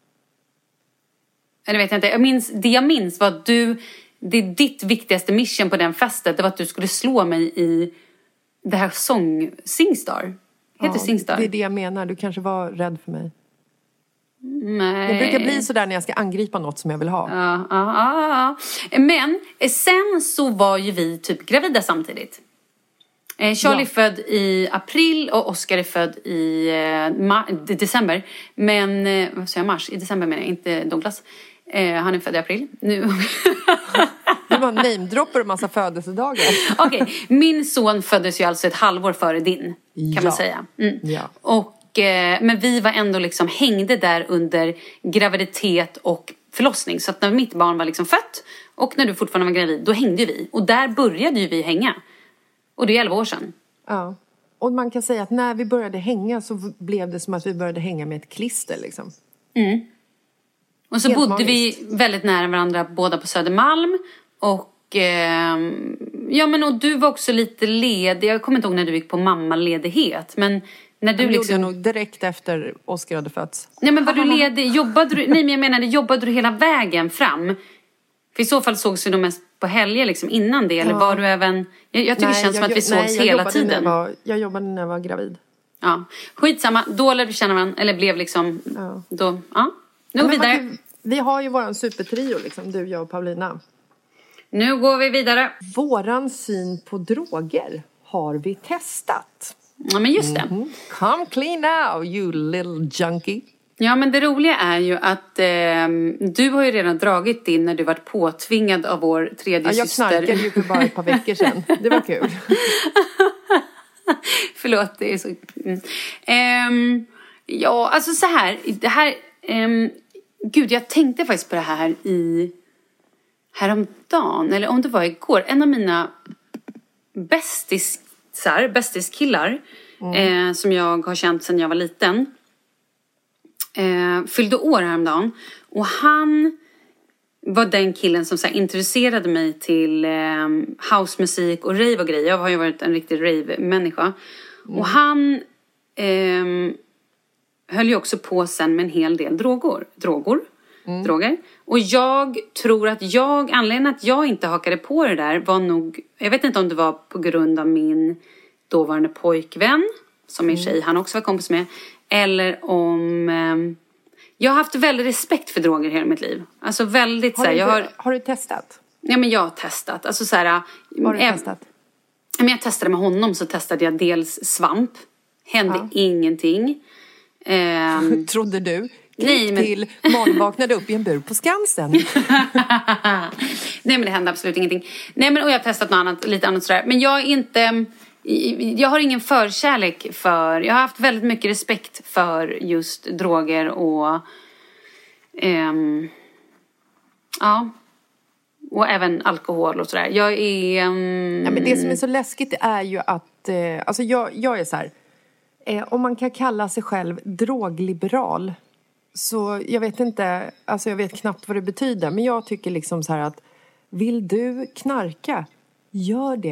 Speaker 2: Eller vet jag inte. Jag minns, det jag minns var att du, det är ditt viktigaste mission på den festen. Det var att du skulle slå mig i det här sång Singstar. Heter ja, Singstar?
Speaker 1: Det är det jag menar. Du kanske var rädd för mig.
Speaker 2: Nej.
Speaker 1: Jag brukar bli sådär när jag ska angripa något som jag vill ha.
Speaker 2: Ja, ja, ja. Men sen så var ju vi typ gravida samtidigt. Charlie ja. är född i april och Oscar är född i ma- december. Men, vad säger jag, mars? I december menar jag, inte Douglas. Eh, han är född i april. Nu.
Speaker 1: Det var namedropper och massa födelsedagar.
Speaker 2: Okej, okay. Min son föddes ju alltså ett halvår före din, kan ja. man säga. Mm.
Speaker 1: Ja.
Speaker 2: Och, eh, men vi var ändå liksom, hängde där under graviditet och förlossning. Så att när mitt barn var liksom fött och när du fortfarande var gravid, då hängde vi. Och där började ju vi hänga. Och det är elva år sedan.
Speaker 1: Ja. Och man kan säga att när vi började hänga så blev det som att vi började hänga med ett klister liksom.
Speaker 2: Mm. Och så
Speaker 1: Helt
Speaker 2: bodde
Speaker 1: magiskt.
Speaker 2: vi väldigt nära varandra båda på Södermalm. Och, eh, ja, men, och du var också lite ledig. Jag kommer inte ihåg när du gick på mammaledighet. Men när du
Speaker 1: det
Speaker 2: liksom...
Speaker 1: gjorde jag nog direkt efter Oscar hade fötts.
Speaker 2: Nej, men var du ledig? Jobbade du... Nej, men jag menar, jobbade du hela vägen fram? För i så fall sågs vi nog mest på helger liksom innan det. Eller ja. var du även... Jag, jag tycker nej, det känns jag, som att vi sågs nej, hela tiden.
Speaker 1: När jag, var, jag jobbade när jag var gravid.
Speaker 2: Ja, skitsamma. Då lärde du känna varandra. Eller blev liksom... Ja. Då, ja. Nu går vi vidare.
Speaker 1: Man, vi har ju våran supertrio liksom. Du, jag och Paulina.
Speaker 2: Nu går vi vidare.
Speaker 1: Våran syn på droger har vi testat.
Speaker 2: Ja, men just det.
Speaker 1: Mm-hmm. Come clean now, you little junkie.
Speaker 2: Ja, men det roliga är ju att eh, du har ju redan dragit in när du varit påtvingad av vår tredje
Speaker 1: ja, jag
Speaker 2: syster.
Speaker 1: Jag knarkade ju för bara ett par veckor sedan. Det var kul.
Speaker 2: Förlåt, det är så... Mm. Um, ja, alltså så här. Det här... Um, gud, jag tänkte faktiskt på det här i... häromdagen, eller om det var igår. En av mina bästisar, bästiskillar mm. eh, som jag har känt sedan jag var liten... Eh, fyllde år häromdagen. Och han var den killen som så här, introducerade mig till eh, housemusik och rave och grejer. Jag har ju varit en riktig rave-människa. Mm. Och han eh, höll ju också på sen med en hel del droger. Droger. Mm. Droger. Och jag tror att jag, anledningen att jag inte hakade på det där var nog, jag vet inte om det var på grund av min dåvarande pojkvän, som är tjej han också var kompis med. Eller om... Eh, jag har haft väldigt respekt för droger hela mitt liv. Alltså väldigt...
Speaker 1: Har,
Speaker 2: så här,
Speaker 1: du,
Speaker 2: jag har,
Speaker 1: har du testat?
Speaker 2: Ja, men jag har testat. Alltså så här...
Speaker 1: Vad har du
Speaker 2: eh,
Speaker 1: testat?
Speaker 2: Men jag testade med honom så testade jag dels svamp. Hände ja. ingenting. Eh,
Speaker 1: Trodde du?
Speaker 2: Nej, men...
Speaker 1: till morgon vaknade upp i en bur på Skansen.
Speaker 2: Nej, men det hände absolut ingenting. Nej, men och jag har testat något annat, lite annat sådär. Men jag är inte... Jag har ingen förkärlek för... Jag har haft väldigt mycket respekt för just droger och... Um, ja. Och även alkohol och sådär. Jag är... Um,
Speaker 1: ja, men det som är så läskigt är ju att... Eh, alltså jag, jag är så här... Eh, om man kan kalla sig själv drogliberal... Så jag vet inte... Alltså jag vet knappt vad det betyder. Men jag tycker liksom så här att... Vill du knarka? Gör det.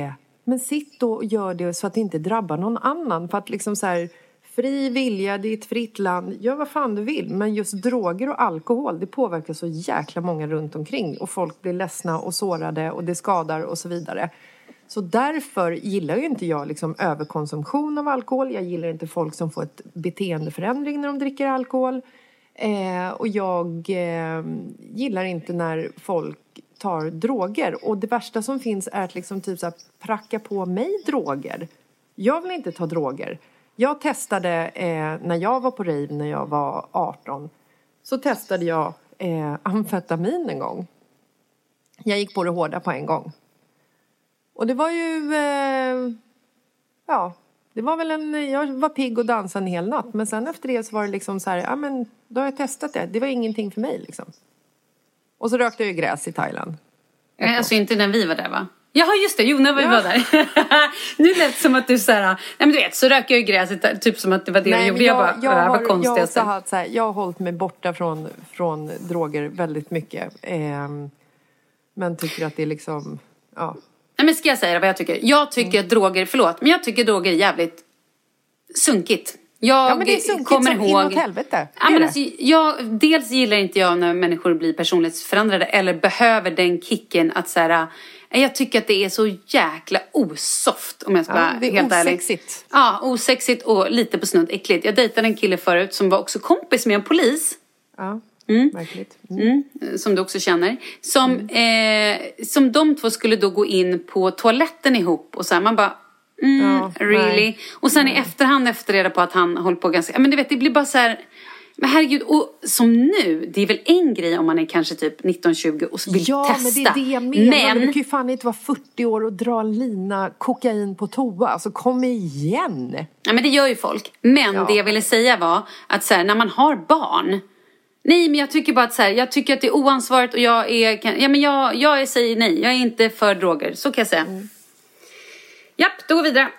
Speaker 1: Men sitt då och gör det så att det inte drabbar någon annan. För att liksom så här, fri vilja, det är ett fritt land. Gör vad fan du vill. Men just droger och alkohol, det påverkar så jäkla många runt omkring. Och folk blir ledsna och sårade och det skadar och så vidare. Så därför gillar ju inte jag liksom överkonsumtion av alkohol. Jag gillar inte folk som får ett beteendeförändring när de dricker alkohol. Eh, och jag eh, gillar inte när folk tar droger. Och det värsta som finns är att liksom typ så här pracka på mig droger. Jag vill inte ta droger. Jag testade eh, när jag var på rave när jag var arton. Så testade jag eh, amfetamin en gång. Jag gick på det hårda på en gång. Och det var ju... Eh, ja, det var väl en... Jag var pigg och dansade en hel natt. Men sen efter det så var det liksom så här... Ja, men då har jag testat det. Det var ingenting för mig liksom. Och så rökte jag ju gräs i Thailand.
Speaker 2: Nej, alltså inte när vi var där, va? Jaha, just det. Jo, när vi ja. var där. Nu lät det som att du så här... Nej, men du vet, så röker jag ju gräs. Typ som att det var det
Speaker 1: Nej,
Speaker 2: du gjorde.
Speaker 1: Jag,
Speaker 2: jag bara,
Speaker 1: jag,
Speaker 2: jag,
Speaker 1: har,
Speaker 2: var konstig.
Speaker 1: Jag, har haft, så här, jag har hållit mig borta från, från droger väldigt mycket. Eh, men tycker att det är liksom... Ja.
Speaker 2: Nej, men ska jag säga vad jag tycker? Jag tycker mm. att droger... Förlåt, men jag tycker droger är jävligt sunkigt. Jag
Speaker 1: ja, men det är sunkigt
Speaker 2: kommer
Speaker 1: som
Speaker 2: ihåg...
Speaker 1: inåt helvete.
Speaker 2: Ja, men alltså, jag, dels gillar inte jag när människor blir personlighetsförändrade eller behöver den kicken att så här, jag tycker att det är så jäkla osoft om jag ska
Speaker 1: ja,
Speaker 2: vara
Speaker 1: det är
Speaker 2: helt ärlig.
Speaker 1: Osexigt.
Speaker 2: Ja, osexigt och lite på snudd äckligt. Jag dejtade en kille förut som var också kompis med en polis.
Speaker 1: Ja,
Speaker 2: mm.
Speaker 1: verkligt. Mm.
Speaker 2: Mm, som du också känner. Som, mm. eh, som de två skulle då gå in på toaletten ihop och så här, man bara... Mm,
Speaker 1: ja,
Speaker 2: really?
Speaker 1: Nej.
Speaker 2: Och sen
Speaker 1: nej.
Speaker 2: i efterhand efter reda på att han håller på ganska... Men du vet, det blir bara så här... Men herregud, och som nu, det är väl en grej om man är kanske typ nitton tjugo och vill
Speaker 1: ja,
Speaker 2: testa.
Speaker 1: Ja, men det är det jag menar.
Speaker 2: Men...
Speaker 1: men du kan ju fan inte vara fyrtio år och dra en lina kokain på toa. Alltså kom igen.
Speaker 2: Ja, men det gör ju folk. Men ja. det jag ville säga var att så här, när man har barn... Nej, men jag tycker bara att så här, jag tycker att det är oansvarigt och jag är... Kan, ja, men jag, jag säger nej. Jag är inte för droger, så kan jag säga. Mm. Japp, då går vi vidare.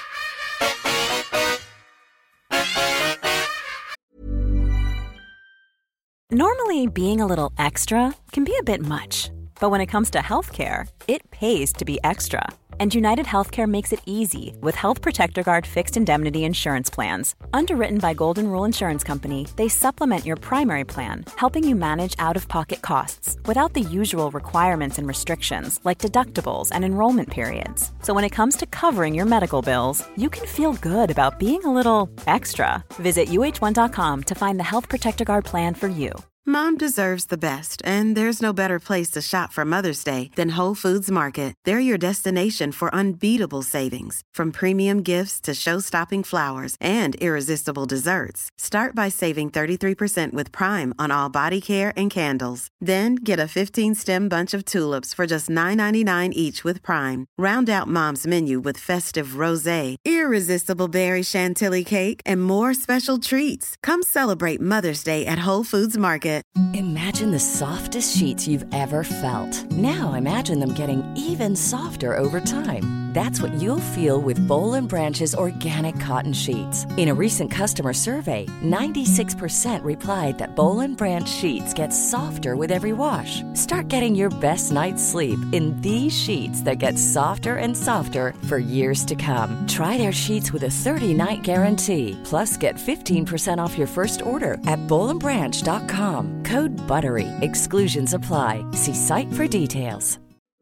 Speaker 10: Normally, being a little extra can be a bit much. But when it comes to healthcare, it pays to be extra. And United Healthcare makes it easy with Health Protector Guard fixed indemnity insurance plans. Underwritten by Golden Rule Insurance Company, they supplement your primary plan, helping you manage out-of-pocket costs without the usual requirements and restrictions like deductibles and enrollment periods. So when it comes to covering your medical bills, you can feel good about being a little extra. Visit U H one dot com to find the Health Protector Guard plan for you.
Speaker 11: Mom deserves the best, and there's no better place to shop for Mother's Day than Whole Foods Market. They're your destination for unbeatable savings, from premium gifts to show-stopping flowers and irresistible desserts. Start by saving thirty-three percent with Prime on all body care and candles. Then get a fifteen-stem bunch of tulips for just nine ninety-nine each with Prime. Round out Mom's menu with festive rosé, irresistible berry chantilly cake, and more special treats. Come celebrate Mother's Day at Whole Foods Market.
Speaker 12: Imagine the softest sheets you've ever felt. Now imagine them getting even softer over time. That's what you'll feel with Boll and Branch's organic cotton sheets. In a recent customer survey, ninety-six percent replied that Boll and Branch sheets get softer with every wash. Start getting your best night's sleep in these sheets that get softer and softer for years to come. Try their sheets with a thirty-night guarantee. Plus, get fifteen percent off your first order at boll and branch dot com. Code BUTTERY. Exclusions apply. See site for details.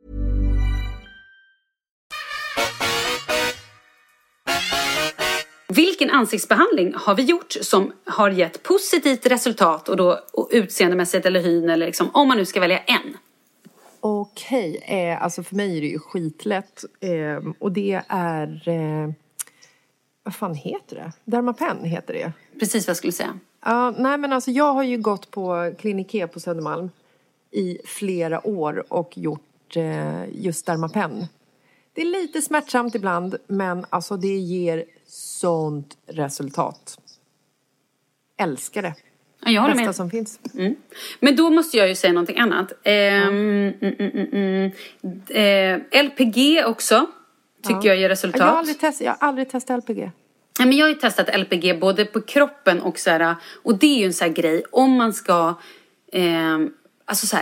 Speaker 2: Vilken ansiktsbehandling har vi gjort som har gett positivt resultat och då och utseendemässigt eller hyn eller liksom, om man nu ska välja en?
Speaker 1: Okej, eh, alltså för mig är det ju skitlätt eh, och det är, eh, vad fan heter det? Dermapen heter det.
Speaker 2: Precis vad jag skulle säga.
Speaker 1: Ja, uh, nej men alltså jag har ju gått på Klinik på Södermalm i flera år och gjort eh, just Dermapen. Det är lite smärtsamt ibland, men alltså det ger sånt resultat. Älskar det.
Speaker 2: Ja, jag håller
Speaker 1: Bästa
Speaker 2: med.
Speaker 1: som finns.
Speaker 2: Mm. Men då måste jag ju säga någonting annat. Eh, mm. Mm, mm, mm, eh, L P G också tycker ja. jag ger resultat.
Speaker 1: Jag har aldrig, test, jag har aldrig testat L P G.
Speaker 2: Ja, men jag har ju testat L P G både på kroppen och så här, och det är ju en sån här grej om man ska eh, alltså så här,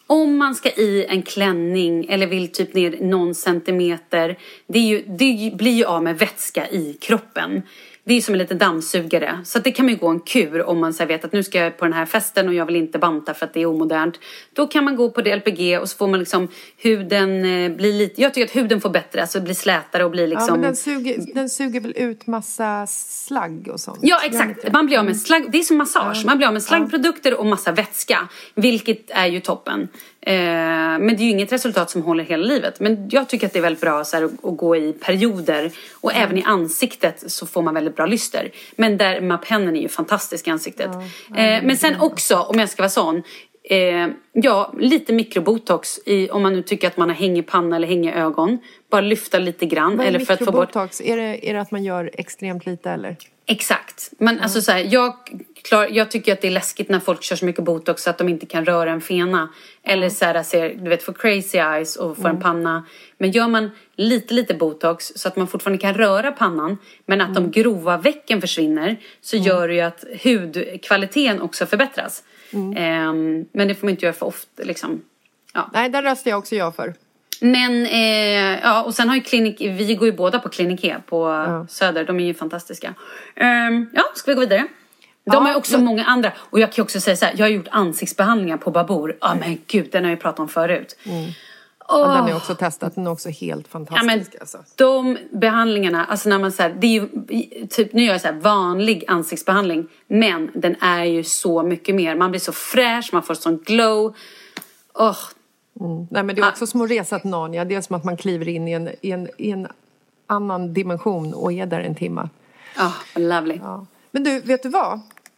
Speaker 2: om man ska i en klänning eller vill typ ner någon centimeter, det, är ju, det blir ju av med vätska i kroppen. Det är som en liten dammsugare. Så att det kan man ju gå en kur om man så vet att nu ska jag på den här festen och jag vill inte banta för att det är omodernt. Då kan man gå på D L P G och så får man liksom huden eh, bli lite... Jag tycker att huden får bättre, alltså blir slätare och blir liksom...
Speaker 1: Ja, men den suger, den suger väl ut massa slagg och sånt?
Speaker 2: Ja, exakt. Man blir av med slagg... Det är som massage. Man blir av med slaggprodukter och massa vätska. Vilket är ju toppen. Eh, men det är ju inget resultat som håller hela livet. Men jag tycker att det är väldigt bra så här, att, att gå i perioder. Och mm. även i ansiktet så får man väldigt bra lyster. Men dermapennen är ju fantastisk i ansiktet. Ja, ja, eh, men sen också, om jag ska vara sån. Eh, ja, lite mikrobotox i, om man nu tycker att man har hängig panna eller hängig ögon. Bara lyfta lite grann.
Speaker 1: Vad är
Speaker 2: eller för att få bort...
Speaker 1: mikrobotox? Är det, är det att man gör extremt lite eller?
Speaker 2: Exakt. Men mm. alltså så här, jag, klar, jag tycker att det är läskigt när folk kör så mycket botox så att de inte kan röra en fena. Eller så här, ser, du vet, får crazy eyes och får mm. en panna. Men gör man lite, lite botox så att man fortfarande kan röra pannan. Men att mm. de grova vecken försvinner. Så mm. gör det ju att hudkvaliteten också förbättras. Mm. Um, men det får man inte göra för ofta liksom. Ja.
Speaker 1: Nej, där röstar jag också jag för.
Speaker 2: Men, eh, ja, och sen har ju klinik, vi går ju båda på Klinik E på ja. Söder, de är ju fantastiska. Um, ja, ska vi gå vidare? De ja, har ju också men... många andra, och jag kan också säga så här, jag har gjort ansiktsbehandlingar på Babor. Ja, ah, men gud, den har jag pratat om förut.
Speaker 1: Mm. Oh. Den är också testat, den är också helt fantastisk. Ja, men alltså.
Speaker 2: De behandlingarna, alltså när man så här, det är ju typ, nu gör jag så här vanlig ansiktsbehandling, men den är ju så mycket mer. Man blir så fräsch, man får sån glow. Åh, oh.
Speaker 1: Mm. Nej, men det är också ah. små resa till Narnia. Det är som att man kliver in i en, i en, i en annan dimension och är där en timme.
Speaker 2: Ja, oh, lovely.
Speaker 1: Ja. Men du, vet du vad?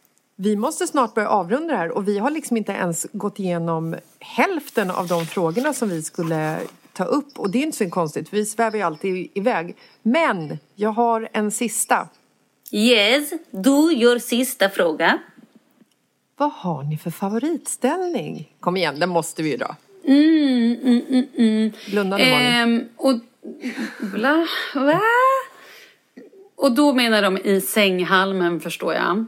Speaker 1: Vi måste snart börja avrunda det här. Och vi har liksom inte ens gått igenom hälften av de frågorna som vi skulle ta upp. Och det är inte så konstigt, för vi svävar ju alltid iväg. Men jag har en sista.
Speaker 2: Yes, du gör sista fråga.
Speaker 1: Vad har ni för favoritställning? Kom igen, den måste vi ju dra.
Speaker 2: Mm, mm, mm, mm.
Speaker 1: Blunda nu, Malin.
Speaker 2: Ehm, och, bla, va? Och då menar de i sänghalmen, förstår jag.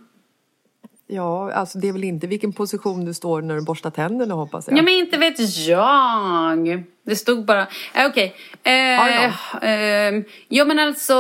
Speaker 1: Ja, alltså det är väl inte vilken position du står när du borstar tänderna, hoppas jag.
Speaker 2: Ja, men inte vet jag. Det stod bara... Äh, Okej. Okay. Eh, eh, ja, men alltså...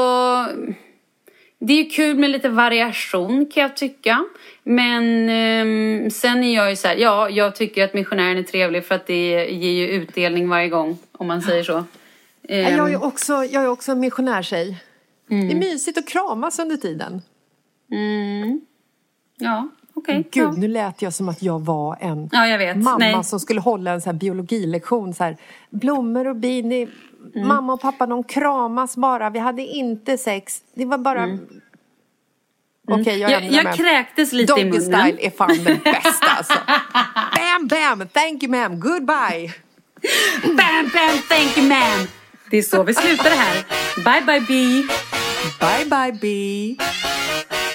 Speaker 2: Det är ju kul med lite variation, kan jag tycka. Men eh, sen är jag ju så här... Ja, jag tycker att missionären är trevlig för att det ger ju utdelning varje gång, om man säger så.
Speaker 1: Eh, jag är också, jag är också en missionärtjej. Mm. Det är mysigt att kramas under tiden.
Speaker 2: Mm. Ja, okej. Okay.
Speaker 1: Gud,
Speaker 2: ja.
Speaker 1: Nu lät jag som att jag var en
Speaker 2: ja, jag vet.
Speaker 1: mamma
Speaker 2: Nej.
Speaker 1: som skulle hålla en så här biologilektion. Så här, blommor och bin, mm. mamma och pappa, de kramas bara. Vi hade inte sex. Det var bara... Mm. Okej, okay, jag,
Speaker 2: jag, jag kräktes lite
Speaker 1: Doggy
Speaker 2: i munnen.
Speaker 1: Style är fan den bästa alltså. Bam, bam, thank you ma'am, goodbye.
Speaker 2: Bam, bam, thank you ma'am. Det är så vi slutar det här. Bye, bye, bee.
Speaker 1: Bye, bye, bee.